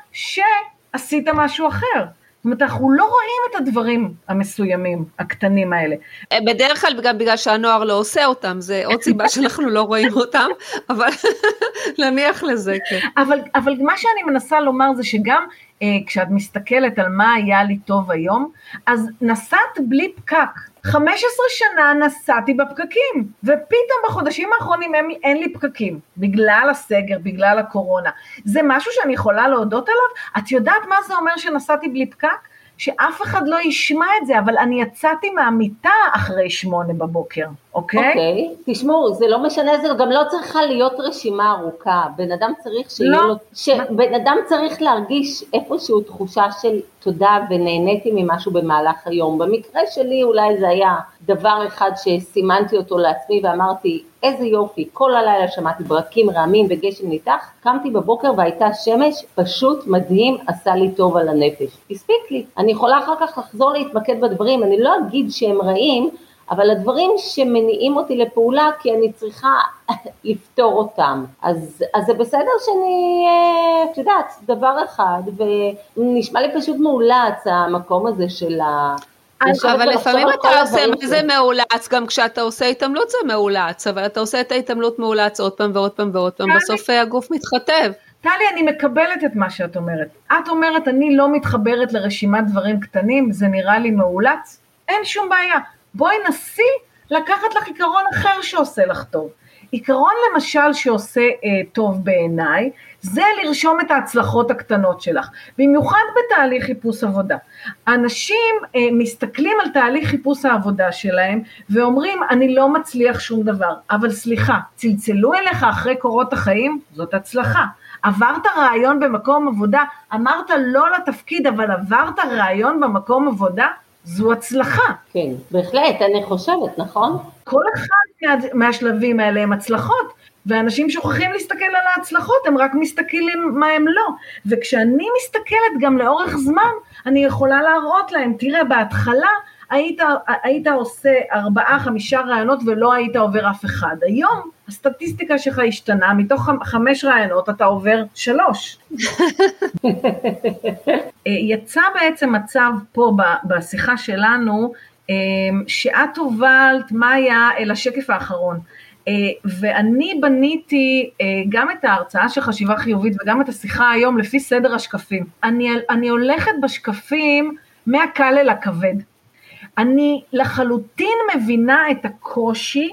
שעשית משהו אחר. זאת אומרת, אנחנו לא רואים את הדברים המסוימים, הקטנים האלה. בדרך כלל גם בגלל שהנוער לא עושה אותם, זה עוד סיבה שאנחנו לא רואים אותם, אבל נניח לזה, כן. אבל מה שאני מנסה לומר זה שגם כשאת מסתכלת על מה היה לי טוב היום, אז נסעת בלי פקק, 15 שנה נסעתי בפקקים, ופתאום בחודשים האחרונים אין לי פקקים, בגלל הסגר, בגלל הקורונה, זה משהו שאני יכולה להודות עליו, את יודעת מה זה אומר שנסעתי בלי פקק? שאף אחד לא ישמע את זה, אבל אני יצאתי מהמיטה אחרי 8 בבוקר, אוקיי? אוקיי, תשמעו, זה לא משנה, זה גם לא צריכה להיות רשימה ארוכה, בן אדם צריך בן אדם צריך להרגיש איפשהו תחושה של תודה ונהניתי ממשהו במהלך היום, במקרה שלי אולי זה היה דבר אחד שסימנתי אותו לעצמי ואמרתי, איזה יופי, כל הלילה שמעתי ברקים רעמים וגשם ניתח, קמתי בבוקר והייתה שמש, פשוט מדהים, עשה לי טוב על הנפש, הספיק לי, אני יכולה אחר כך לחזור להתמקד בדברים, אני לא אגיד שהם רעים, אבל הדברים שמניעים אותי לפעולה, כי אני צריכה לפתור אותם, אז זה בסדר שאני, את יודעת, דבר אחד, ונשמע לי פשוט מאולץ המקום הזה של אבל לפעמים אתה עושה זה מאולץ, גם כשאתה עושה התעמלות זה מאולץ, אבל אתה עושה את ההתעמלות מאולץ עוד פעם ועוד פעם ועוד פעם, בסוף הגוף מתחתב. טלי, אני מקבלת את מה שאת אומרת. את אומרת, אני לא מתחברת לרשימת דברים קטנים, זה נראה לי מאולץ, אין שום בעיה. בואי נסי לקחת לך עיקרון אחר שעושה לך טוב. עיקרון למשל שעושה טוב בעיניי, זה לרשום את ההצלחות הקטנות שלך, במיוחד בתהליך חיפוש עבודה. אנשים מסתכלים על תהליך חיפוש העבודה שלהם, ואומרים אני לא מצליח שום דבר, אבל סליחה, צלצלו אליך אחרי קורות החיים, זאת הצלחה. עברת רעיון במקום עבודה, אמרת לא לתפקיד, אבל עברת רעיון במקום עבודה, זו הצלחה. כן, בהחלט, אני חושבת, נכון? כל אחד מהשלבים האלה הם הצלחות, ואנשים שוכחים להסתכל על ההצלחות, הם רק מסתכלים מה הם לא, וכשאני מסתכלת גם לאורך זמן, אני יכולה להראות להם, תראה, בהתחלה היית עושה 4-5 רעיונות ולא היית עובר אף אחד, היום הסטטיסטיקה שלך השתנה, מתוך 5 רעיונות אתה עובר 3. יצא בעצם מצב פה בשיחה שלנו, שאת הובלת מאיה אל השקף האחרון, ואני בניתי גם את ההרצאה של חשיבה חיובית וגם את השיחה היום לפי סדר השקפים. אני הולכת בשקפים מהקל אל הכבד. אני לחלוטין מבינה את הקושי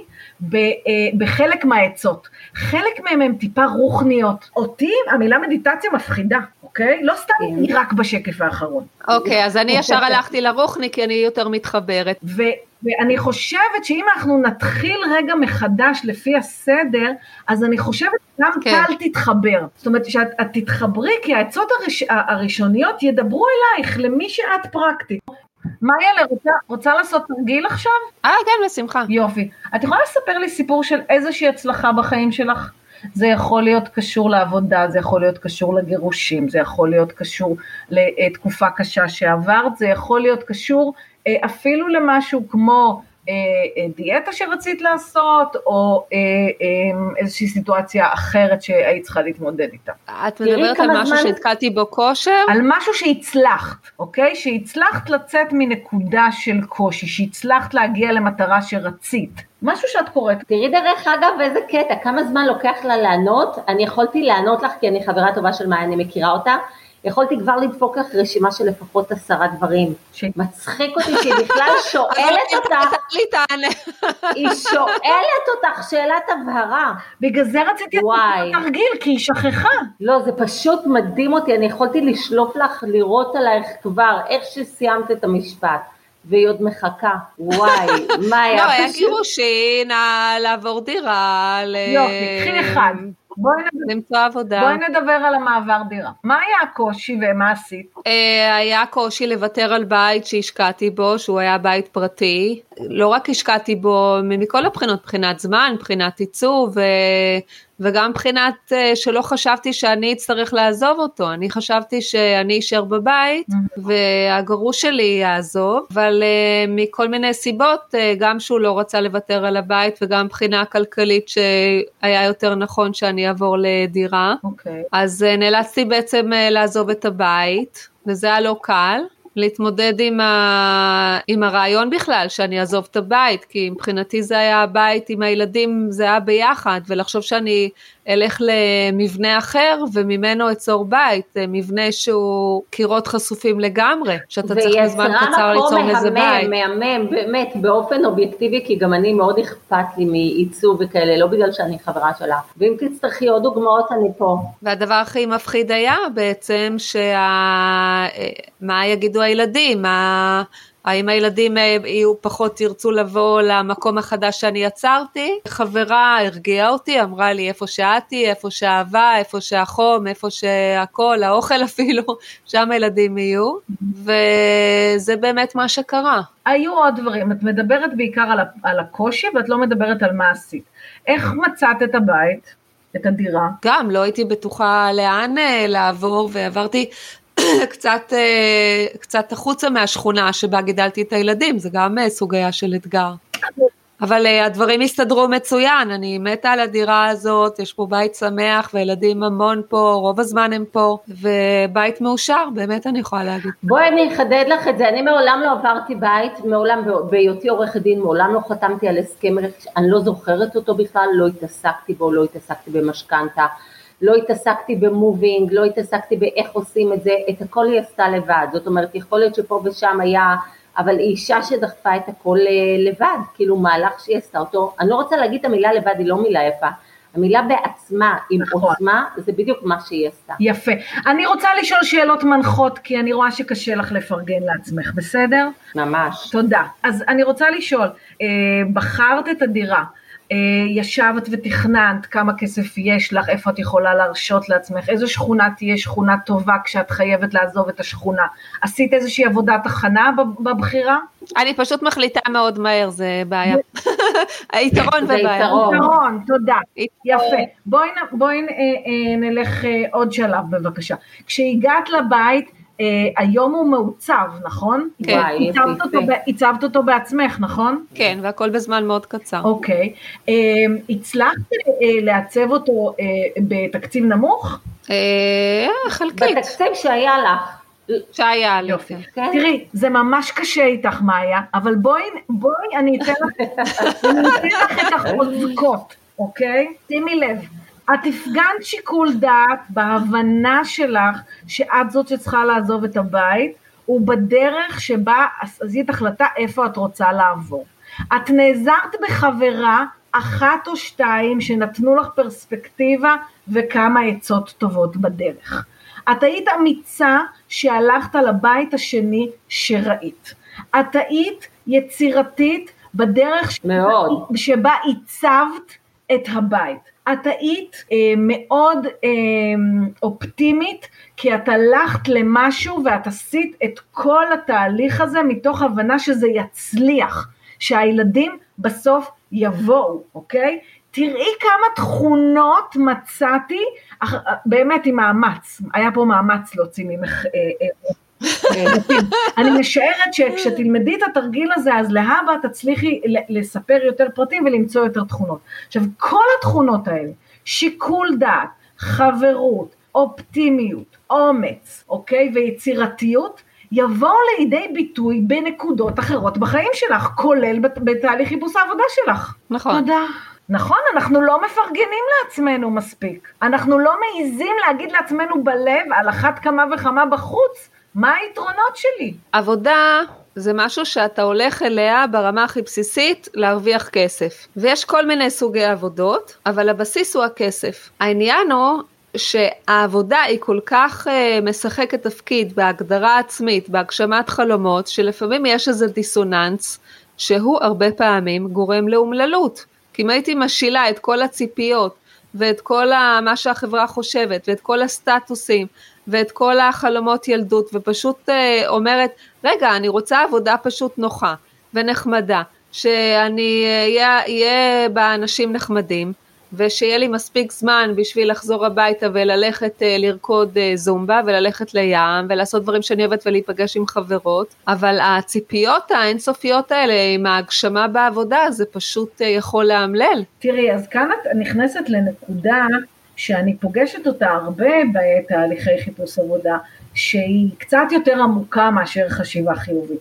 בחלק מהעצות. חלק מהם הם טיפה רוחניות. אותי המילה מדיטציה מפחידה, אוקיי? לא סתם היא רק בשקף האחרון. אוקיי, אז אני ישר הלכתי לרוחני כי אני יותר מתחברת. ואני חושבת שאם אנחנו נתחיל רגע מחדש לפי הסדר, אז אני חושבת גם קל תתחבר. זאת אומרת שאת תתחברי, כי העצות הראשוניות ידברו אלייך למי שאת פרקטית. מאיה, רוצה לעשות תרגיל עכשיו? כן, בשמחה. יופי. את יכולה לספר לי סיפור של איזושהי הצלחה בחיים שלך? זה יכול להיות קשור לעבודה, זה יכול להיות קשור לגירושים, זה יכול להיות קשור לתקופה קשה שעברת, זה יכול להיות קשור אפילו למשהו כמו דיאטה שרצית לעשות, או איזושהי סיטואציה אחרת שהיית צריכה להתמודד איתה. את מדברת על משהו שהתקלתי בו כושר? על משהו שהצלחת, אוקיי? שהצלחת לצאת מנקודה של קושי, שהצלחת להגיע למטרה שרצית. משהו שאת קוראת. תראי דרך אגב איזה קטע, כמה זמן לוקח לה לענות, אני יכולתי לענות לך כי אני חברה טובה של מאיה, אני מכירה אותה, יכולתי כבר לדפוק לך רשימה של לפחות 10 דברים. מצחיק אותי שהיא בכלל שואלת אותך, היא שואלת אותך שאלת הבהרה. בגלל זה רציתי תרגיל, כי היא שכחה. לא, זה פשוט מדהים אותי, אני יכולתי לשלוף לך, לראות עלייך כבר, איך שסיימת את המשפט. והיא עוד מחכה, וואי, מה היה? לא, היה גירושין, לעבור דירה, יופי, קחי אחד. למצוא עבודה. בואי נדבר על המעבר דירה. מה היה הקושי ומה עשית? היה קושי לוותר על בית שהשקעתי בו, שהוא היה בית פרטי. לא רק השקעתי בו מכל הבחינות, בחינת זמן, בחינת עיצוב, וגם בחינת שלא חשבתי שאני אצטרך לעזוב אותו. אני חשבתי שאני אשאר בבית, והגרוש שלי יעזוב, אבל מכל מיני סיבות, גם שהוא לא רצה לוותר על הבית, וגם בחינה כלכלית שהיה יותר נכון שאני אעבור לדירה. אז נאלצתי בעצם לעזוב את הבית, וזה היה לא קל. להתמודד עם הרעיון בכלל, שאני אעזוב את הבית, כי מבחינתי זה היה הבית עם הילדים, זה היה ביחד, ולחשוב שאני אלך למבנה אחר, וממנו אצור בית, מבנה שהוא קירות חשופים לגמרי, שאתה צריך בזמן קצר ליצור מזה בית. מהמם, באמת, באופן אובייקטיבי, כי גם אני מאוד אכפת לי מעיצוב וכאלה, לא בגלל שאני חברה שלה, ואם תצטרכי עוד דוגמאות אני פה. והדבר הכי מפחיד היה בעצם, מה יגידו הילדים, האם הילדים פחות ירצו לבוא למקום החדש שאני יצרתי? חברה הרגיעה אותי, אמרה לי איפה שעתי, איפה שהאהבה, איפה שהחום, איפה שהכל, האוכל אפילו, שם הילדים יהיו, וזה באמת מה שקרה. היו עוד דברים, את מדברת בעיקר על הקושי, ואת לא מדברת על מה עשית. איך מצאת את הבית, את הדירה? גם לא הייתי בטוחה לאן לעבור, ועברתי קצת החוצה מהשכונה שבה גידלתי את הילדים, זה גם סוגיה של אתגר. אבל הדברים הסתדרו מצוין, אני מתה על הדירה הזאת, יש פה בית שמח, וילדים המון פה, רוב הזמן הם פה, ובית מאושר, באמת אני יכולה להגיד. בואי אני אחדד לך את זה, אני מעולם לא עברתי בית, מעולם בהיותי עורכת דין, מעולם לא חתמתי על הסכם, אני לא זוכרת אותו בכלל, לא התעסקתי בו, לא התעסקתי במשכנתה, לא התעסקתי במובינג, לא התעסקתי באיך עושים את זה, את הכל היא עשתה לבד, זאת אומרת, יכול להיות שפה ושם היה, אבל היא אישה שדחפה את הכל לבד, כאילו מהלך שהיא עשתה אותו, אני לא רוצה להגיד את המילה לבד, היא לא מילה יפה, המילה בעצמה, עם עוצמה, זה בדיוק מה שהיא עשתה. יפה. אני רוצה לשאול שאלות מנחות, כי אני רואה שקשה לך לפרגן לעצמך, בסדר? ממש. תודה. אז אני רוצה לשאול, בחרת את הדירה, ישבת ותכננת כמה כסף יש לך, איפה את יכולה להרשות לעצמך, איזו שכונה תהיה שכונה טובה כשאת חייבת לעזוב את השכונה, עשית איזושהי עבודת הכנה בבחירה? אני פשוט מחליטה מאוד מהר, זה בעיה. היתרון ובעיה. יתרון, תודה. יפה. בואי נלך עוד שלב בבקשה. כשהגעת לבית, היום הוא מעוצב, נכון? כן. הצבת אותו בעצמך, נכון? כן, והכל בזמן מאוד קצר. אוקיי. הצלחת לעצב אותו בתקציב נמוך? חלקית. בתקציב שהיה לך. שהיה לי. תראי, זה ממש קשה איתך, מאיה, אבל בואי אני אתן לך את החוזקות, אוקיי? שימי לב. את הפגנת שיקול דעת בהבנה שלך שאת זאת שצריכה לעזוב את הבית, ובדרך שבה עשית החלטה איפה את רוצה לעבור. את נעזרת בחברה אחת או שתיים שנתנו לך פרספקטיבה וכמה עצות טובות בדרך. את היית אמיצה שהלכת לבית השני שראית. את היית יצירתית בדרך שבה הצבת את הבית. את היית מאוד אופטימית, כי את הלכת למשהו ואת עשית את כל התהליך הזה מתוך הבנה שזה יצליח, שהילדים בסוף יבואו, אוקיי? תראי כמה תכונות מצאתי, באמת עם מאמץ, היה פה מאמץ להוציא ממך, אני משערת שכשתלמדי את התרגיל הזה, אז להבא תצליחי לספר יותר פרטים ולמצוא יותר תכונות. עכשיו, כל התכונות האלה, שיקול דעת, חברות, אופטימיות, אומץ, אוקיי, ויצירתיות, יבואו לידי ביטוי בנקודות אחרות בחיים שלך, כולל בתהליך חיפוש העבודה שלך. נכון. תודה. נכון, אנחנו לא מפרגנים לעצמנו מספיק. אנחנו לא מעיזים להגיד לעצמנו בלב, על אחת כמה וכמה בחוץ, מה היתרונות שלי? עבודה זה משהו שאתה הולך אליה ברמה הכי בסיסית להרוויח כסף. ויש כל מיני סוגי עבודות, אבל הבסיס הוא הכסף. העניין הוא שהעבודה היא כל כך משחקת תפקיד בהגדרה עצמית, בהגשמת חלומות, שלפעמים יש איזה דיסוננס, שהוא הרבה פעמים גורם לאומללות. כי אם הייתי משילה את כל הציפיות, ואת כל מה שהחברה חושבת, ואת כל הסטטוסים, ואת כל החלומות ילדות, ופשוט אומרת, רגע, אני רוצה עבודה פשוט נוחה ונחמדה, שאני אהיה באנשים נחמדים, ושיהיה לי מספיק זמן בשביל לחזור הביתה וללכת לרקוד זומבה וללכת לים ולעשות דברים שאני אוהבת ולהיפגש עם חברות, אבל הציפיות האינסופיות האלה עם ההגשמה בעבודה זה פשוט יכול להמלל. תראי, אז כאן את נכנסת לנקודה שאני פוגשת אותה הרבה בתהליכי חיפוש עבודה, שהיא קצת יותר עמוקה מאשר חשיבה חיובית.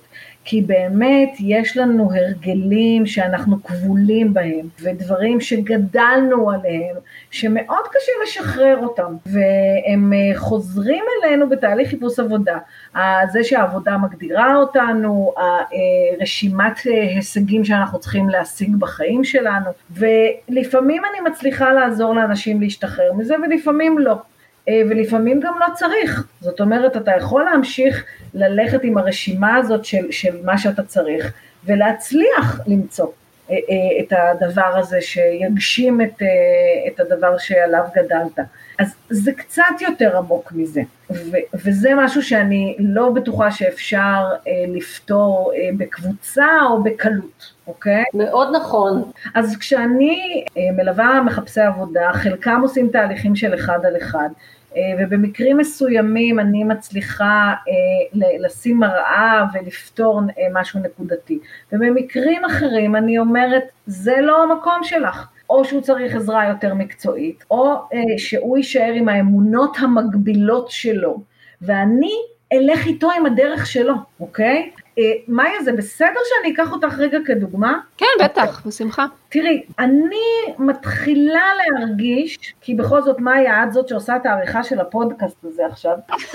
כי באמת יש לנו הרגלים שאנחנו כבולים בהם, ודברים שגדלנו עליהם, שמאוד קשה לשחרר אותם, והם חוזרים אלינו בתהליך חיפוש עבודה. זה שהעבודה מגדירה אותנו, רשימת הישגים שאנחנו צריכים להשיג בחיים שלנו, ולפעמים אני מצליחה לעזור לאנשים להשתחרר מזה, ולפעמים לא. ולפעמים גם לא צריך, זאת אומרת אתה יכול להמשיך ללכת עם הרשימה הזאת של מה שאתה צריך, ולהצליח למצוא את הדבר הזה שיגשים את הדבר שעליו גדלת. אז זה קצת יותר עמוק מזה, וזה משהו שאני לא בטוחה שאפשר לפתור בקבוצה או בקלות, אוקיי? מאוד נכון. אז כשאני מלווה מחפשי עבודה, חלקם עושים תהליכים של אחד על אחד, ובמקרים מסוימים אני מצליחה לשים מראה ולפתור משהו נקודתי, ובמקרים אחרים אני אומרת זה לא המקום שלך, או שהוא צריך עזרה יותר מקצועית, או שהוא יישאר עם האמונות המגבילות שלו, ואני אלך איתו עם הדרך שלו, אוקיי? מאיה, זה בסדר שאני אקח אותך רגע כדוגמה? כן, בטח, בשמחה. תראי, אני מתחילה להרגיש, כי בכל זאת מאיה, את זאת שעושה את העריכה של הפודקאסט הזה עכשיו,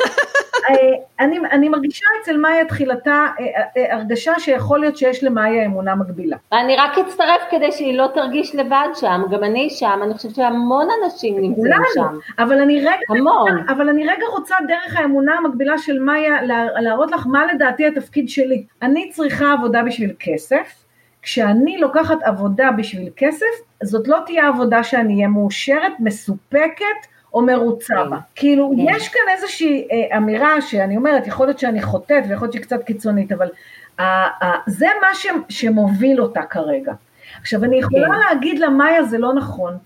אני מרגישה אצל מאיה תחילתה, הרגשה שיכול להיות שיש למאיה אמונה מגבילה. אני רק אצטרף כדי שהיא לא תרגיש לבד שם, גם אני שם, אני חושבת שהמון אנשים נמצאים שם. אבל אני רגע רוצה דרך האמונה המקבילה של מאיה, להראות לך מה לדעתי התפקיד שלי. אני צריכה עבודה בשביל כסף, כשאני לוקחת עבודה בשביל כסף, זאת לא תהיה עבודה שאני אהיה מאושרת, מסופקת, או מרוצה בה. כאילו, יש כאן איזושהי אמירה שאני אומרת, יכול להיות שאני חוטאת, ויכול להיות שהיא קצת קיצונית, אבל זה מה שמוביל אותה כרגע. עכשיו, אני יכולה להגיד לה, מאיה, זה לא נכון.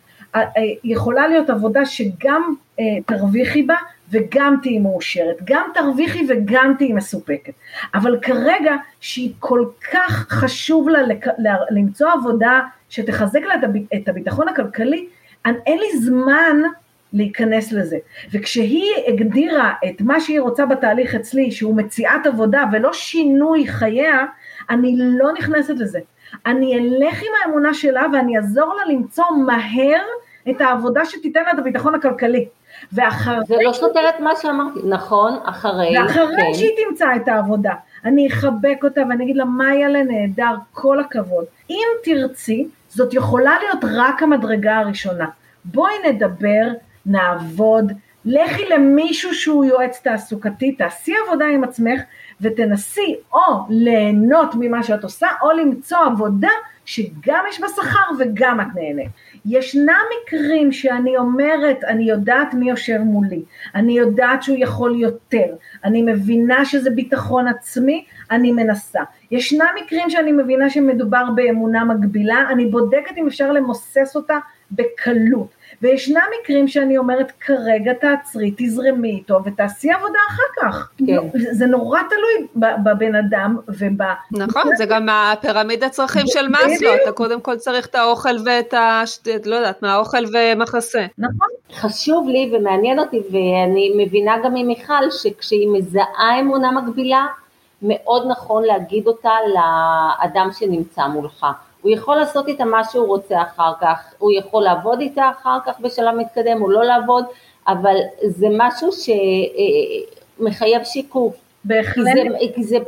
יכולה להיות עבודה שגם תרוויחי בה, וגם תהי מאושרת. גם תרוויחי וגם תהי מסופקת. אבל כרגע, שהיא כל כך חשוב לה למצוא עבודה, שתחזק לה את הביטחון הכלכלי, אין לי זמן להיכנס לזה, וכשהיא הגדירה את מה שהיא רוצה בתהליך אצלי, שהוא מציאת עבודה ולא שינוי חייה, אני לא נכנסת לזה, אני אלך עם האמונה שלה, ואני אעזור לה למצוא מהר את העבודה שתיתן לה את הביטחון הכלכלי, זה לא סותר את מה שאמרתי, נכון, אחרי שהיא תמצא את העבודה, אני אחבק אותה ואני אגיד לה, מאיה לנהדר, כל הכבוד, אם תרצי, זאת יכולה להיות רק המדרגה הראשונה, בואי נדבר, נעבוד, לכי למישהו שהוא יועץ תעסוקתי, תעשי עבודה עם עצמך, ותנסי או ליהנות ממה שאת עושה, או למצוא עבודה שגם יש בה שכר וגם את נהנית. ישנם מקרים שאני אומרת, אני יודעת מי יושב מולי, אני יודעת שהוא יכול יותר, אני מבינה שזה ביטחון עצמי, אני מנסה. ישנם מקרים שאני מבינה שמדובר באמונה מגבילה, אני בודקת אם אפשר למוסס אותה בקלות. וישנם מקרים שאני אומרת, כרגע תעצרי, תזרמי איתו, ותעשי עבודה אחר כך. כן. זה נורא תלוי בבן אדם, נכון, זה גם הפירמיד הצרכים של מאסלו, אתה קודם כל צריך את האוכל ואת לא יודעת מה, האוכל ומחסה. נכון. חשוב לי ומעניין אותי, ואני מבינה גם ממיכל, שכשהיא מזהה אמונה מגבילה, מאוד נכון להגיד אותה לאדם שנמצא מולך. הוא יכול לעשות איתה מה שהוא רוצה אחר כך, הוא יכול לעבוד איתה אחר כך בשלב מתקדם, או לא לעבוד, אבל זה משהו שמחייב שיקוף. בהחלט. כי זה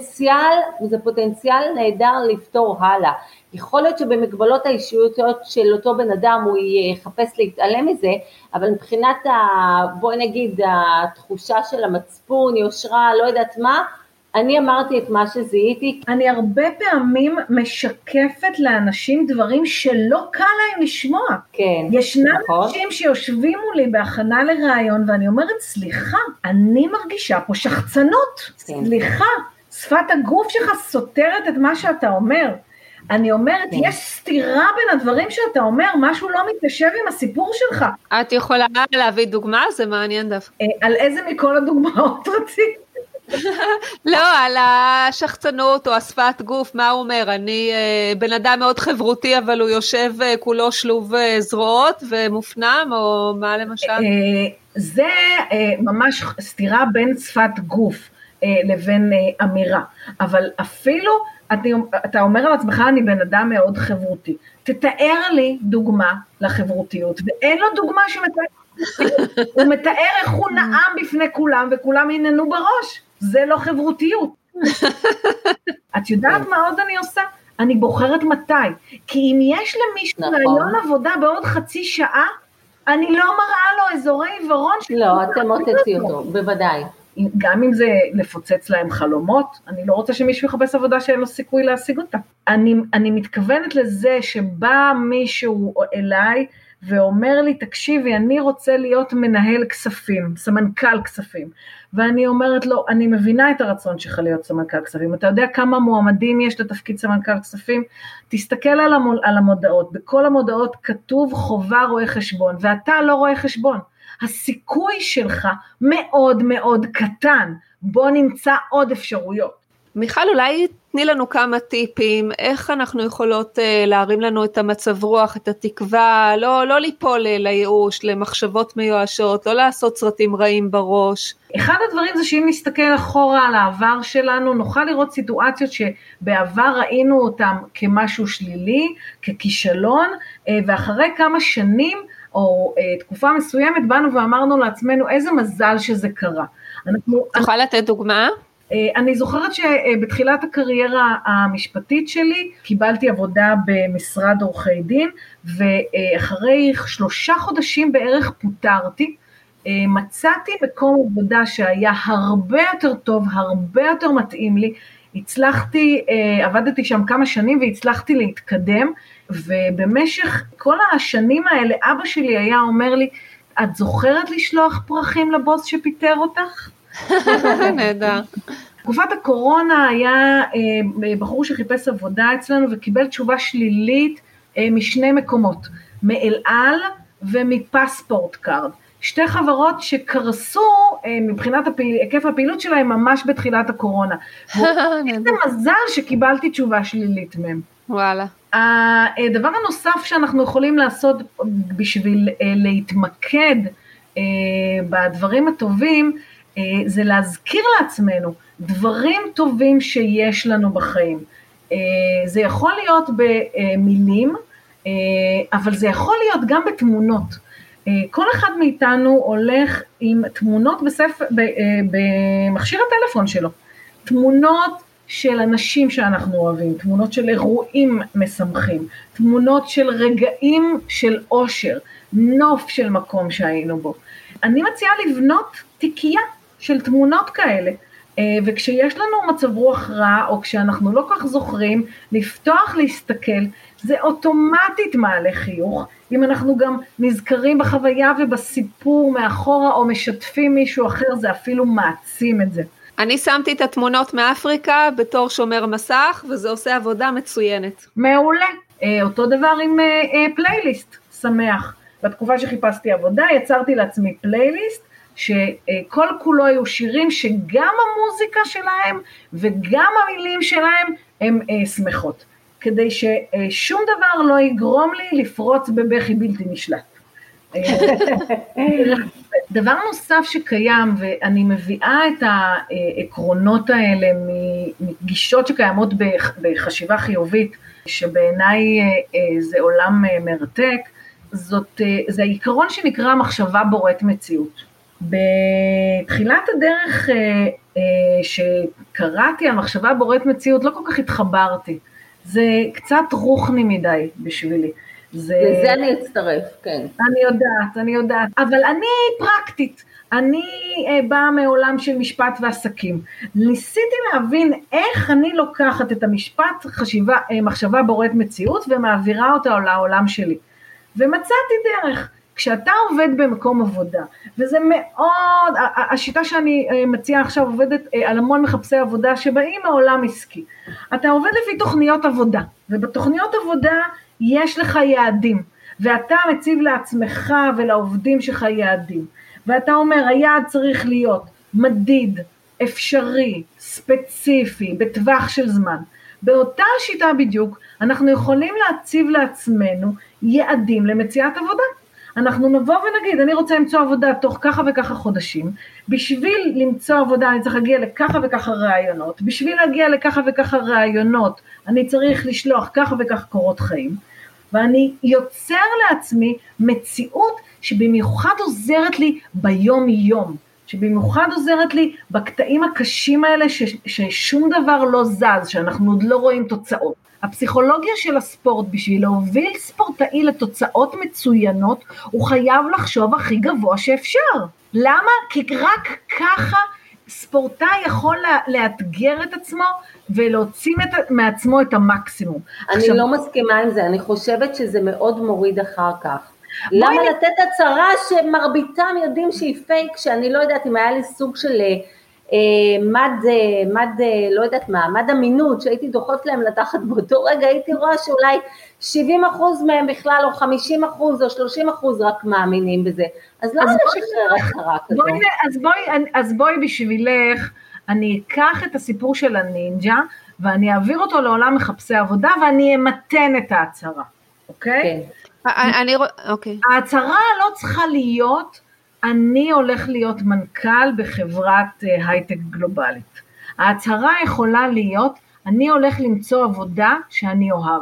פוטנציאל נהדר לפתור הלאה. יכול להיות שבמגבלות האישיותיות של אותו בן אדם הוא יחפש להתעלם מזה, אבל מבחינת, בואי נגיד, התחושה של המצפון, יושרה, לא יודעת מה, אני אמרתי את מה שזיהיתי. אני הרבה פעמים משקפת לאנשים דברים שלא קל להם לשמוע. כן, ישנם אנשים שיושבים מולי בהכנה לרעיון, ואני אומרת, סליחה, אני מרגישה פה שחצנות. כן. סליחה, שפת הגוף שלך סותרת את מה שאתה אומר. אני אומרת, יש סתירה בין הדברים שאתה אומר, משהו לא מתיישב עם הסיפור שלך. את יכולה להביא דוגמה? זה מעניין דווקא. על איזה מכל הדוגמאות רצית? לא, על השחצנות או השפת גוף, מה הוא אומר? אני בן אדם מאוד חברותי, אבל הוא יושב כולו שלוב זרועות ומופנם, או מה למשל? זה ממש סתירה בין שפת גוף לבין אמירה, אבל אפילו אתה אומר על עצמך, אני בן אדם מאוד חברותי, תתאר לי דוגמה לחברותיות, ואין לו דוגמה הוא מתאר איך הוא נעם בפני כולם, וכולם יננו בראש, זה לא חברותיות. את יודעת מה עוד אני עושה? אני בוחרת מתי, כי אם יש למישהו רעיון עבודה בעוד חצי שעה, אני לא מראה לו אזורי עיוורון. לא, אתם מוצצי אותו, בוודאי. גם אם זה לפוצץ להם חלומות, אני לא רוצה שמישהו יחפש עבודה שאין לו סיכוי להשיג אותה. אני מתכוונת לזה שבא מישהו אליי, ואומר לי, תקשיבי, אני רוצה להיות מנהל כספים, סמנכ"ל כספים, ואני אומרת לו, אני מבינה את הרצון שלך להיות סמנכ"ל כספים, אתה יודע כמה מועמדים יש לתפקיד סמנכ"ל כספים? תסתכל על המודעות, בכל המודעות כתוב חובה רואה חשבון, ואתה לא רואה חשבון, הסיכוי שלך מאוד מאוד קטן, בוא נמצא עוד אפשרויות. מיכל, אולי תני לנו כמה טיפים, איך אנחנו יכולות להרים לנו את המצב רוח, את התקווה, לא ליפול לייאוש, למחשבות מיואשות, לא לעשות סרטים רעים בראש. אחד הדברים זה שאם נסתכל אחורה על העבר שלנו, נוכל לראות סיטואציות שבעבר ראינו אותם כמשהו שלילי, ככישלון, ואחרי כמה שנים, או תקופה מסוימת, באנו ואמרנו לעצמנו, איזה מזל שזה קרה. תוכל לתת דוגמה? אני זוכרת שבתחילת הקריירה המשפטית שלי, קיבלתי עבודה במשרד עורכי דין, ואחרי 3 חודשים בערך פוטרתי, מצאתי מקום עבודה שהיה הרבה יותר טוב, הרבה יותר מתאים לי, עבדתי שם כמה שנים והצלחתי להתקדם, ובמשך כל השנים האלה אבא שלי היה אומר לי, את זוכרת לשלוח פרחים לבוס שפיטר אותך? נהדר. תקופת הקורונה היה בחור שחיפש עבודה אצלנו וקיבל תשובה שלילית משני מקומות, מאל על ומפספורט קארד. 2 חברות שקרסו מבחינת היקף הפעילות שלהם ממש בתחילת הקורונה. איזה מזל שקיבלתי תשובה שלילית מהם. וואלה. הדבר הנוסף שאנחנו יכולים לעשות בשביל להתמקד בדברים הטובים, זה להזכיר לעצמנו דברים טובים שיש לנו בחיים. זה יכול להיות במילים, אבל זה יכול להיות גם בתמונות. כל אחד מאיתנו הולך עם תמונות במכשיר הטלפון שלו. תמונות של אנשים שאנחנו אוהבים, תמונות של אירועים משמחים, תמונות של רגעים של אושר, נוף של מקום שהיינו בו. אני מציעה לבנות תיקייה של תמונות כאלה, וכשיש לנו מצב רוח רע, או כשאנחנו לא כך זוכרים, לפתוח להסתכל, זה אוטומטית מעלה חיוך, אם אנחנו גם נזכרים בחוויה ובסיפור מאחורה, או משתפים מישהו אחר, זה אפילו מעצים את זה. אני שמתי את התמונות מאפריקה בתור שומר מסך, וזה עושה עבודה מצוינת. מעולה. אותו דבר עם פלייליסט שמח. בתקופה שחיפשתי עבודה, יצרתי לעצמי פלייליסט, שכל כולו היו שירים שגם המוזיקה שלהם וגם המילים שלהם הם שמחות, כדי ששום דבר לא יגרום לי לפרוץ בבכי בלתי נשלט. דבר נוסף שקיים, ואני מביאה את העקרונות האלה מגישות שקיימות בחשיבה חיובית, שבעיניי זה עולם מרתק, זה העיקרון שנקרא מחשבה בוראת מציאות. בתחילת הדרך שקראתי על מחשבה בוראת מציאות, לא כל כך התחברתי. זה קצת רוחני מדי בשבילי. לזה אני אצטרף, כן. אני יודעת. אבל אני פרקטית. אני באה מעולם של משפט ועסקים. ניסיתי להבין איך אני לוקחת את המשפט מחשבה בוראת מציאות ומעבירה אותה לעולם שלי. ומצאתי דרך. כשאתה עובד במקום עבודה, וזה מאוד, השיטה שאני מציעה עכשיו עובדת על המון מחפשי עבודה שבאים מעולם עסקי. אתה עובד לפי תוכניות עבודה, ובתוכניות עבודה יש לך יעדים, ואתה מציב לעצמך ולעובדים שלך יעדים, ואתה אומר היעד צריך להיות מדיד, אפשרי, ספציפי, בטווח של זמן. באותה שיטה בדיוק אנחנו יכולים להציב לעצמנו יעדים למציאת עבודה. אנחנו נבוא ונגיד, אני רוצה למצוא עבודה תוך ככה וככה חודשים, בשביל למצוא עבודה אני צריך להגיע לככה וככה רעיונות, בשביל להגיע לככה וככה רעיונות, אני צריך לשלוח ככה וככה קורות חיים, ואני יוצר לעצמי מציאות שבמיוחד עוזרת לי ביום יום, שבמיוחד עוזרת לי בקטעים הקשים האלה ששום דבר לא זז, שאנחנו עוד לא רואים תוצאות. הפסיכולוגיה של הספורט, בשביל להוביל ספורטאי לתוצאות מצוינות, הוא חייב לחשוב הכי גבוה שאפשר. למה? כי רק ככה ספורטאי יכול לאתגר את עצמו, ולהוציא מעצמו את המקסימום. אני לא מסכימה עם זה, אני חושבת שזה מאוד מוריד אחר כך. למה לתת הצהרה שמרביתם יודעים שהיא פייק, שאני לא יודעת אם היה לי סוג של לא יודעת מה, מד אמינות, שהייתי דוחות להם לתחת באותו רגע, הייתי רואה שאולי 70% מהם בכלל, או 50% או 30% רק מאמינים בזה. אז למה לשחרר הצהרה כזו? אז בואי בשבילך, אני אקח את הסיפור של הנינג'ה, ואני אעביר אותו לעולם מחפשי עבודה, ואני אמתן את ההצהרה, אוקיי? כן. אוקיי. ההצהרה לא צריכה להיות, אני הולך להיות מנכ"ל בחברת הייטק גלובלית. ההצהרה יכולה להיות, אני הולך למצוא עבודה שאני אוהב.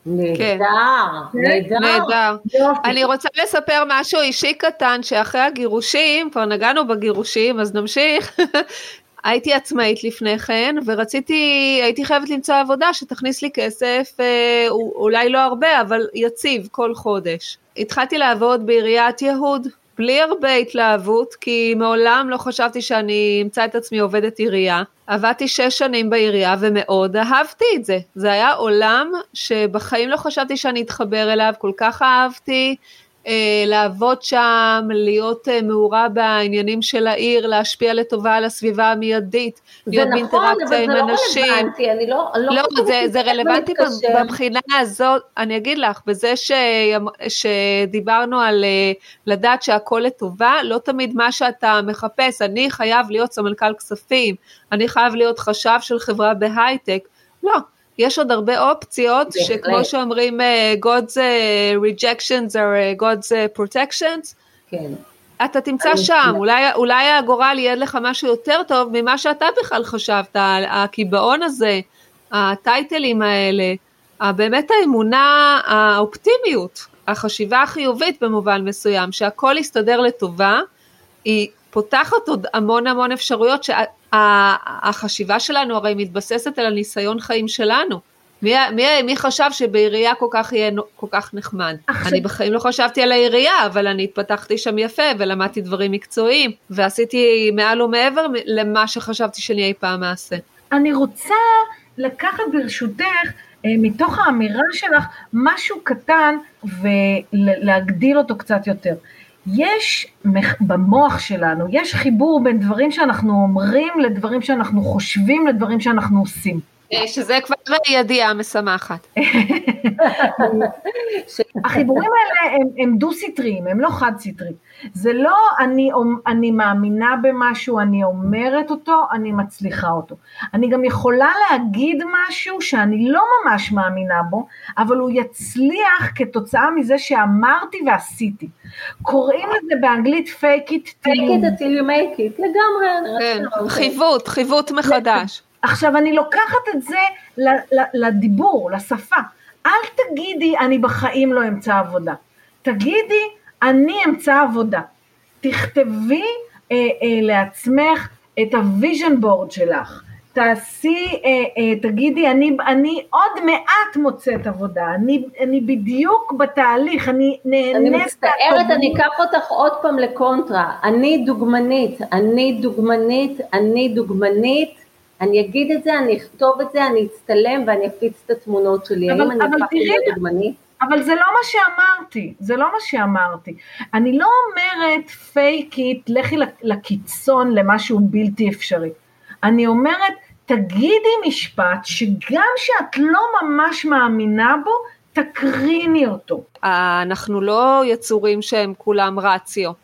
נהדר. אני רוצה לספר משהו אישי קטן, שאחרי הגירושים, כבר נגענו בגירושים, אז נמשיך. הייתי עצמאית לפני כן, הייתי חייבת למצוא עבודה שתכניס לי כסף, אולי לא הרבה, אבל יציב כל חודש. התחלתי לעבוד בעיריית יהוד, בלי הרבה התלהבות, כי מעולם לא חשבתי שאני אמצא את עצמי עובדת עירייה. עבדתי 6 שנים בעירייה ומאוד אהבתי את זה. זה היה עולם שבחיים לא חשבתי שאני אתחבר אליו, כל כך אהבתי לעבוד שם, להיות מעורה בעניינים של העיר, להשפיע לטובה על הסביבה המיידית, להיות באינטראקציה עם אנשים. זה נכון, אבל זה לא רלוונטי. לא, זה רלוונטי בבחינה הזאת, אני אגיד לך, בזה שדיברנו על לדעת שהכל לטובה, לא תמיד מה שאתה מחפש, אני חייב להיות סמנכ"ל כספים, אני חייב להיות חשב של חברה בהייטק, לא. יש עוד הרבה אופציות, שכמו שאומרים, God's rejections are God's protections, כן. אתה תמצא שם, אולי הגורל יהיה לך משהו יותר טוב, ממה שאתה בכלל חשבת, הקיבעון הזה, הטייטלים האלה, באמת האמונה, האופטימיות, החשיבה החיובית במובן מסוים, שהכל יסתדר לטובה, היא פותחת עוד המון אפשרויות, החשיבה שלנו הרי מתבססת על הניסיון חיים שלנו. מי חשב שבעירייה יהיה כל כך נחמד? אני בחיים לא חשבתי על העירייה, אבל אני התפתחתי שם יפה, ולמדתי דברים מקצועיים, ועשיתי מעל ומעבר למה שחשבתי שאני אי פעם אעשה. אני רוצה לקחת ברשותך, מתוך האמירה שלך, משהו קטן, ולהגדיל אותו קצת יותר. יש במוח שלנו, יש חיבור בין דברים שאנחנו אומרים, לדברים שאנחנו חושבים, לדברים שאנחנו עושים. שזה כבר ידיעה משמחת. החיבורים האלה הם דו-סטריים, הם לא חד-סטריים. זה לא אני מאמינה במשהו, אני אומרת אותו, אני מצליחה אותו. אני גם יכולה להגיד משהו שאני לא ממש מאמינה בו, אבל הוא יצליח כתוצאה מזה שאמרתי ועשיתי. קוראים לזה באנגלית fake it till you make it, לגמרי. חיווט מחדש. עכשיו אני לוקחת את זה לדיבור, לשפה. אל תגידי אני בחיים לא אמצא עבודה. תגידי אני אמצא עבודה. תכתבי לעצמך את הוויז'ן בורד שלך. תגידי אני עוד מעט מוצאת עבודה. אני בדיוק בתהליך, אני נהנית. אני מצטערת, אני אקח אותך עוד פעם לקונטרה. אני דוגמנית. אני אגיד את זה, אני אכתוב את זה, אני אצטלם ואני אפיץ את התמונות שלי. האם אני אקח להיות דוגמנית? אבל זה לא מה שאמרתי, אני לא אומרת פייקית, לכי לקיצון למשהו בלתי אפשרי. אני אומרת, תגידי משפט שגם שאת לא ממש מאמינה בו, תקריני אותו. אנחנו לא יצורים שהם כולם רציו.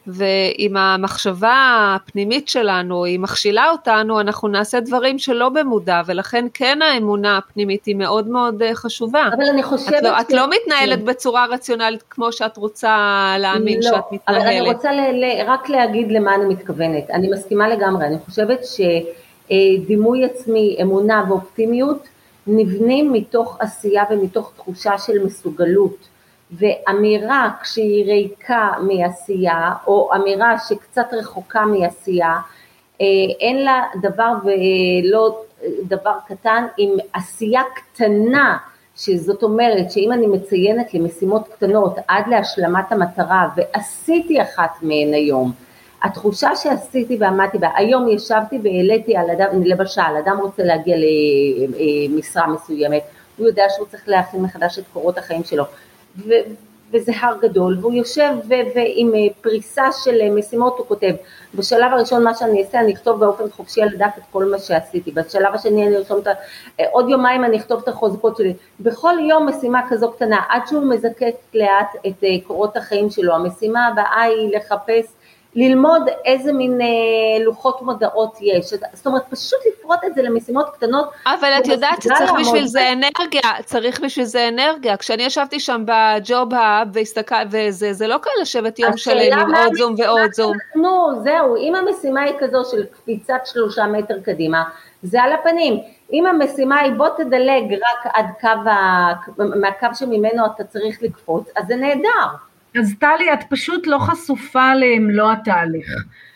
ועם המחשבה הפנימית שלנו, היא מכשילה אותנו, אנחנו נעשה דברים שלא במודע, ולכן כן האמונה הפנימית היא מאוד מאוד חשובה. אבל אני חושבת את לא מתנהלת בצורה רציונלית כמו שאת רוצה להאמין שאת מתנהלת. אבל אני רוצה רק להגיד למה אני מתכוונת. אני מסכימה לגמרי, אני חושבת שדימוי עצמי, אמונה ואופטימיות, נבנים מתוך עשייה ומתוך תחושה של מסוגלות, ואמירה כשהיא ריקה מעשייה, או אמירה שקצת רחוקה מעשייה, אין לה דבר ולא דבר קטן, עם עשייה קטנה, שזאת אומרת שאם אני מציינת למשימות קטנות עד להשלמת המטרה, ועשיתי אחת מהן היום, התחושה שעשיתי ועמדתי בה, היום ישבתי והעליתי על אדם, למשל, אדם רוצה להגיע למשרה מסוימת, הוא יודע שהוא צריך להכין מחדש את קורות החיים שלו, וזה הר גדול, והוא יושב ועם פריסה של משימות הוא כותב, בשלב הראשון מה שאני אעשה, אני אכתוב באופן חופשי על הדף את כל מה שעשיתי, בשלב השני אני ארשום עוד יומיים אני אכתוב את החוזקות שלי, בכל יום משימה כזו קטנה, עד שהוא מזקק לאט את קורות החיים שלו, המשימה הבאה היא לחפש, ללמוד איזה מין לוחות מודעות יש, זאת אומרת פשוט לפרוט את זה למשימות קטנות. אבל את יודעת שצריך בשביל זה אנרגיה, צריך בשביל זה אנרגיה, כשאני ישבתי שם בג'וב האב וזה לא קל לשבת יום שלם עם עוד זום ועוד זום. זהו, אם המשימה היא כזו של קפיצת 3 מטר קדימה, זה על הפנים, אם המשימה היא בוא תדלג רק עד מהקו שממנו אתה צריך לקפוץ, אז זה נהדר. אז טלי, את פשוט לא חשופה למלוא התהליך.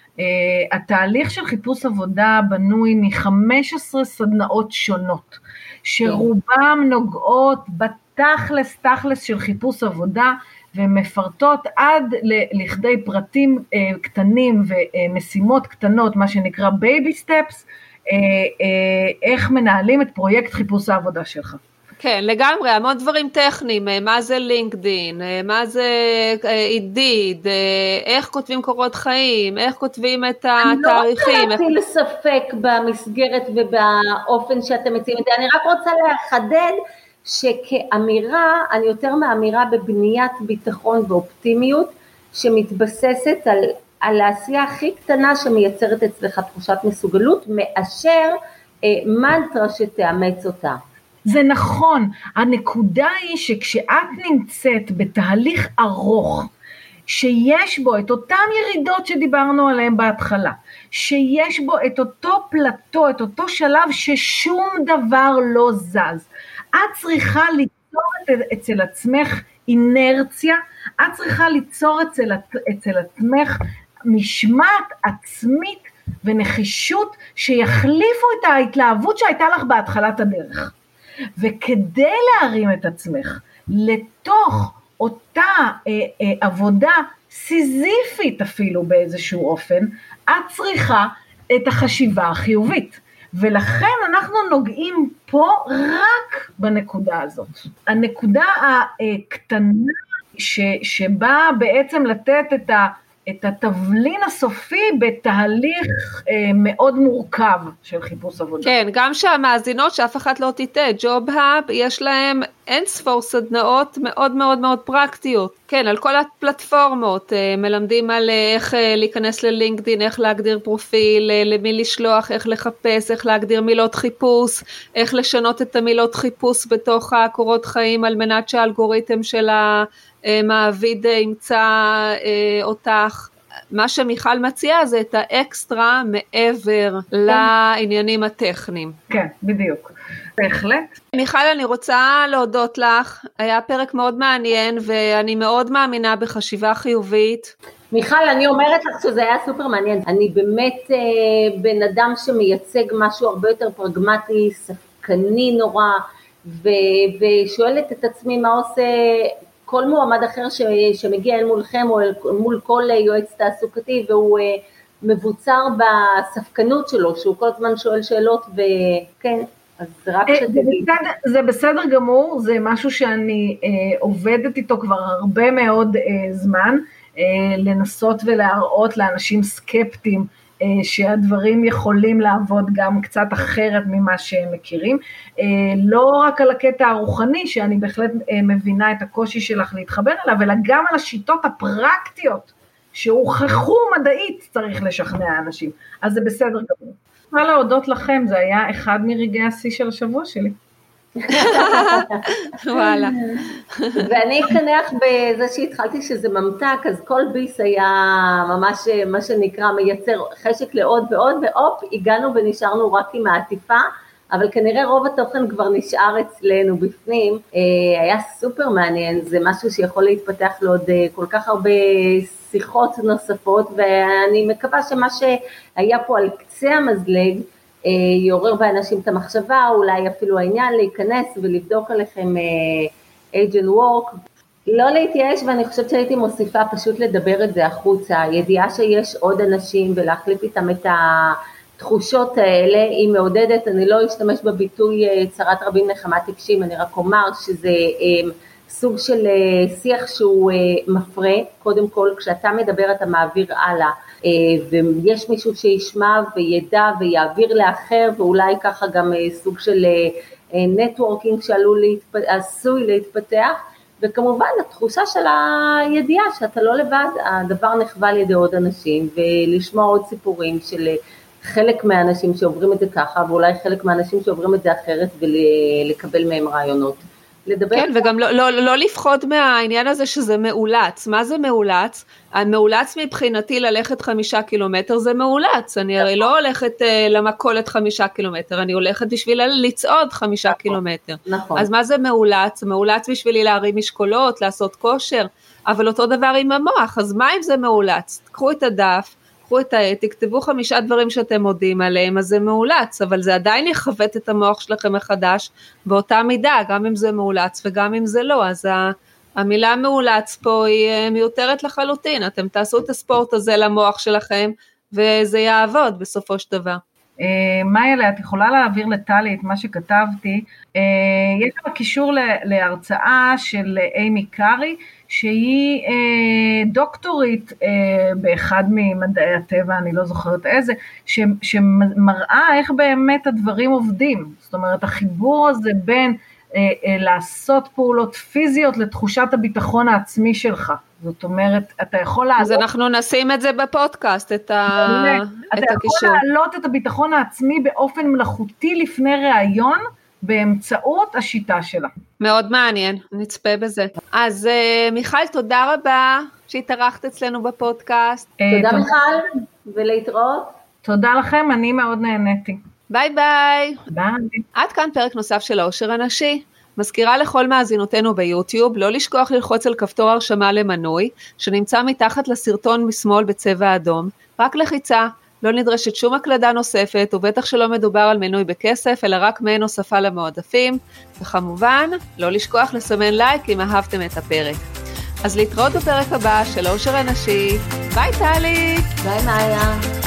התהליך של חיפוש עבודה בנוי מ-15 סדנאות שונות, שרובם נוגעות בתכלס של חיפוש עבודה, ומפרטות עד לכדי פרטים קטנים ומשימות קטנות, מה שנקרא בייבי סטפס, איך מנהלים את פרויקט חיפוש העבודה שלך. כן, לגמרי, המון דברים טכניים, מה זה לינקדין, מה זה אידיד, איך כותבים קורות חיים, איך כותבים את התאריכים. אני לא רוצה להטיל ספק במסגרת ובאופן שאתם מציעים את זה, אני רק רוצה לחדד שכאמירה, אני יותר מאמירה בבניית ביטחון ואופטימיות, שמתבססת על העשייה הכי קטנה שמייצרת אצלך תחושת מסוגלות, מאשר מנטרה שתאמץ אותה. זה נכון, הנקודה היא שכשאת נמצאת בתהליך ארוך, שיש בו את אותן ירידות שדיברנו עליהן בהתחלה, שיש בו את אותו פלטו, את אותו שלב ששום דבר לא זז, את צריכה ליצור אצל עצמך אינרציה, את צריכה ליצור אצל עצמך משמעת עצמית ונחישות שיחליפו את ההתלהבות שהייתה לך בהתחלת הדרך. וכדי להרים את עצמך לתוך אותה עבודה סיזיפית אפילו באיזשהו אופן, את צריכה את החשיבה החיובית. ולכן אנחנו נוגעים פה רק בנקודה הזאת. הנקודה הקטנה שבאה בעצם לתת את התבלין הסופי בתהליך מאוד מורכב של חיפוש עבודה. כן, גם שהמאזינות שאף אחד לא תטעה, ג'וב האב יש להם אין ספור סדנאות מאוד מאוד מאוד פרקטיות. כן, על כל הפלטפורמות מלמדים על איך להיכנס ללינקדין, איך להגדיר פרופיל, למי לשלוח, איך לחפש, איך להגדיר מילות חיפוש, איך לשנות את המילות חיפוש בתוך הקורות חיים על מנת שהאלגוריתם של מעביד ימצא אותך. מה שמיכל מציעה זה את האקסטרה מעבר לעניינים הטכניים. כן, בדיוק. בהחלט. מיכל, אני רוצה להודות לך, היה פרק מאוד מעניין ואני מאוד מאמינה בחשיבה חיובית. מיכל, אני אומרת לך שזה היה סופר מעניין, אני באמת בן אדם שמייצג משהו הרבה יותר פרגמטי, ספקני נורא, ושואלת את עצמי מה עושה כל מועמד אחר שמגיע אל מולכם או מול כל יועץ תעסוקתי, והוא מבוצר בספקנות שלו, שהוא כל הזמן שואל שאלות, וכן, אז רק שתגיד. זה בסדר גמור, זה משהו שאני עובדת איתו כבר הרבה מאוד זמן, לנסות ולהראות לאנשים סקפטיים, שהדברים יכולים לעבוד גם קצת אחרת ממה שהם מכירים, לא רק על הקטע הרוחני, שאני בהחלט מבינה את הקושי שלך להתחבר אליו, אלא גם על השיטות הפרקטיות שהוכחו מדעית צריך לשכנע אנשים, אז זה בסדר גמור. מה להודות לכם, זה היה אחד מרגעי השיא של השבוע שלי. וואלה. ואני אקנח בזה שהתחלתי שזה ממתק, אז כל ביס היה ממש מה שנקרא מייצר חשק לעוד ועוד, ואופ, הגענו ונשארנו רק עם העטיפה, אבל כנראה רוב התוכן כבר נשאר אצלנו בפנים. היה סופר מעניין, זה משהו שיכול להתפתח לעוד כל כך הרבה שיחות נוספות, ואני מקווה שמה שהיה פה על קצה המזלג, יעורר באנשים את המחשבה, אולי אפילו העניין להיכנס ולבדוק עליכם agent work, לא להתייאש, ואני חושבת שהייתי מוסיפה פשוט לדבר את זה החוצה, ידיעה שיש עוד אנשים ולהחליף איתם את התחושות האלה, היא מעודדת, אני לא אשתמש בביטוי צרת רבים נחמה טיפשים, אני רק אומר שזה סוג של שיח שהוא מפרה, קודם כל כשאתה מדבר אתה מעביר הלאה, ויש מישהו שישמע וידע ויעביר לאחר, ואולי ככה גם סוג של נטוורקינג שעשוי להתפתח, וכמובן התחושה של הידיעה שאתה לא לבד, הדבר נחווה על ידי עוד אנשים, ולשמוע עוד סיפורים של חלק מהאנשים שעוברים את זה ככה, ואולי חלק מהאנשים שעוברים את זה אחרת, ולקבל מהם רעיונות. כן, וגם לא לפחוד מהעניין הזה שזה מאולץ. מה זה מאולץ? המאולץ מבחינתי ללכת 5 קילומטר זה מאולץ, אני הרי לא הולכת למכולת 5 קילומטר, אני הולכת בשביל לצעוד 5 קילומטר. נכון. אז מה זה מאולץ? מאולץ בשבילי להרים משקולות, לעשות כושר, אבל אותו דבר עם המוח, אז מה אם זה מאולץ? תקחו את הדף, את העט, תכתבו 5 דברים שאתם מודים עליהם, אז זה מאולץ, אבל זה עדיין יחוות את המוח שלכם מחדש, באותה מידה, גם אם זה מאולץ וגם אם זה לא, אז המילה מאולץ פה היא מיותרת לחלוטין, אתם תעשו את הספורט הזה למוח שלכם, וזה יעבוד בסופו של דבר. מאיה, את יכולה להעביר לטלי את מה שכתבתי, יש שם קישור להרצאה של אימי קארי, שהיא דוקטורית באחד ממדעי הטבע, אני לא זוכרת איזה, שמראה איך באמת הדברים עובדים, זאת אומרת החיבור הזה בין לעשות פעולות פיזיות לתחושת הביטחון העצמי שלך, זאת אומרת, אתה יכול לעלות... אז אנחנו נשים את זה בפודקאסט, את הקישור. אתה יכול לעלות את הביטחון העצמי באופן מלאכותי לפני ראיון, באמצעות השיטה שלה. מאוד מעניין, נצפה בזה. אז מיכל, תודה רבה שהתארחת אצלנו בפודקאסט. תודה מיכל, ולהתראות. תודה לכם, אני מאוד נהניתי. ביי ביי. ביי. עד כאן פרק נוסף של העושר הנשי. מזכירה לכל מאזינותינו ביוטיוב, לא לשכוח ללחוץ על כפתור הרשמה למנוי, שנמצא מתחת לסרטון משמאל בצבע אדום, רק לחיצה, לא נדרשת שום הקלדה נוספת, ובטח שלא מדובר על מנוי בכסף, אלא רק מעין הוספה למועדפים, וכמובן, לא לשכוח לסמן לייק אם אהבתם את הפרק. אז להתראות בפרק הבא של העושר הנשי. ביי טלי. ביי מאיה.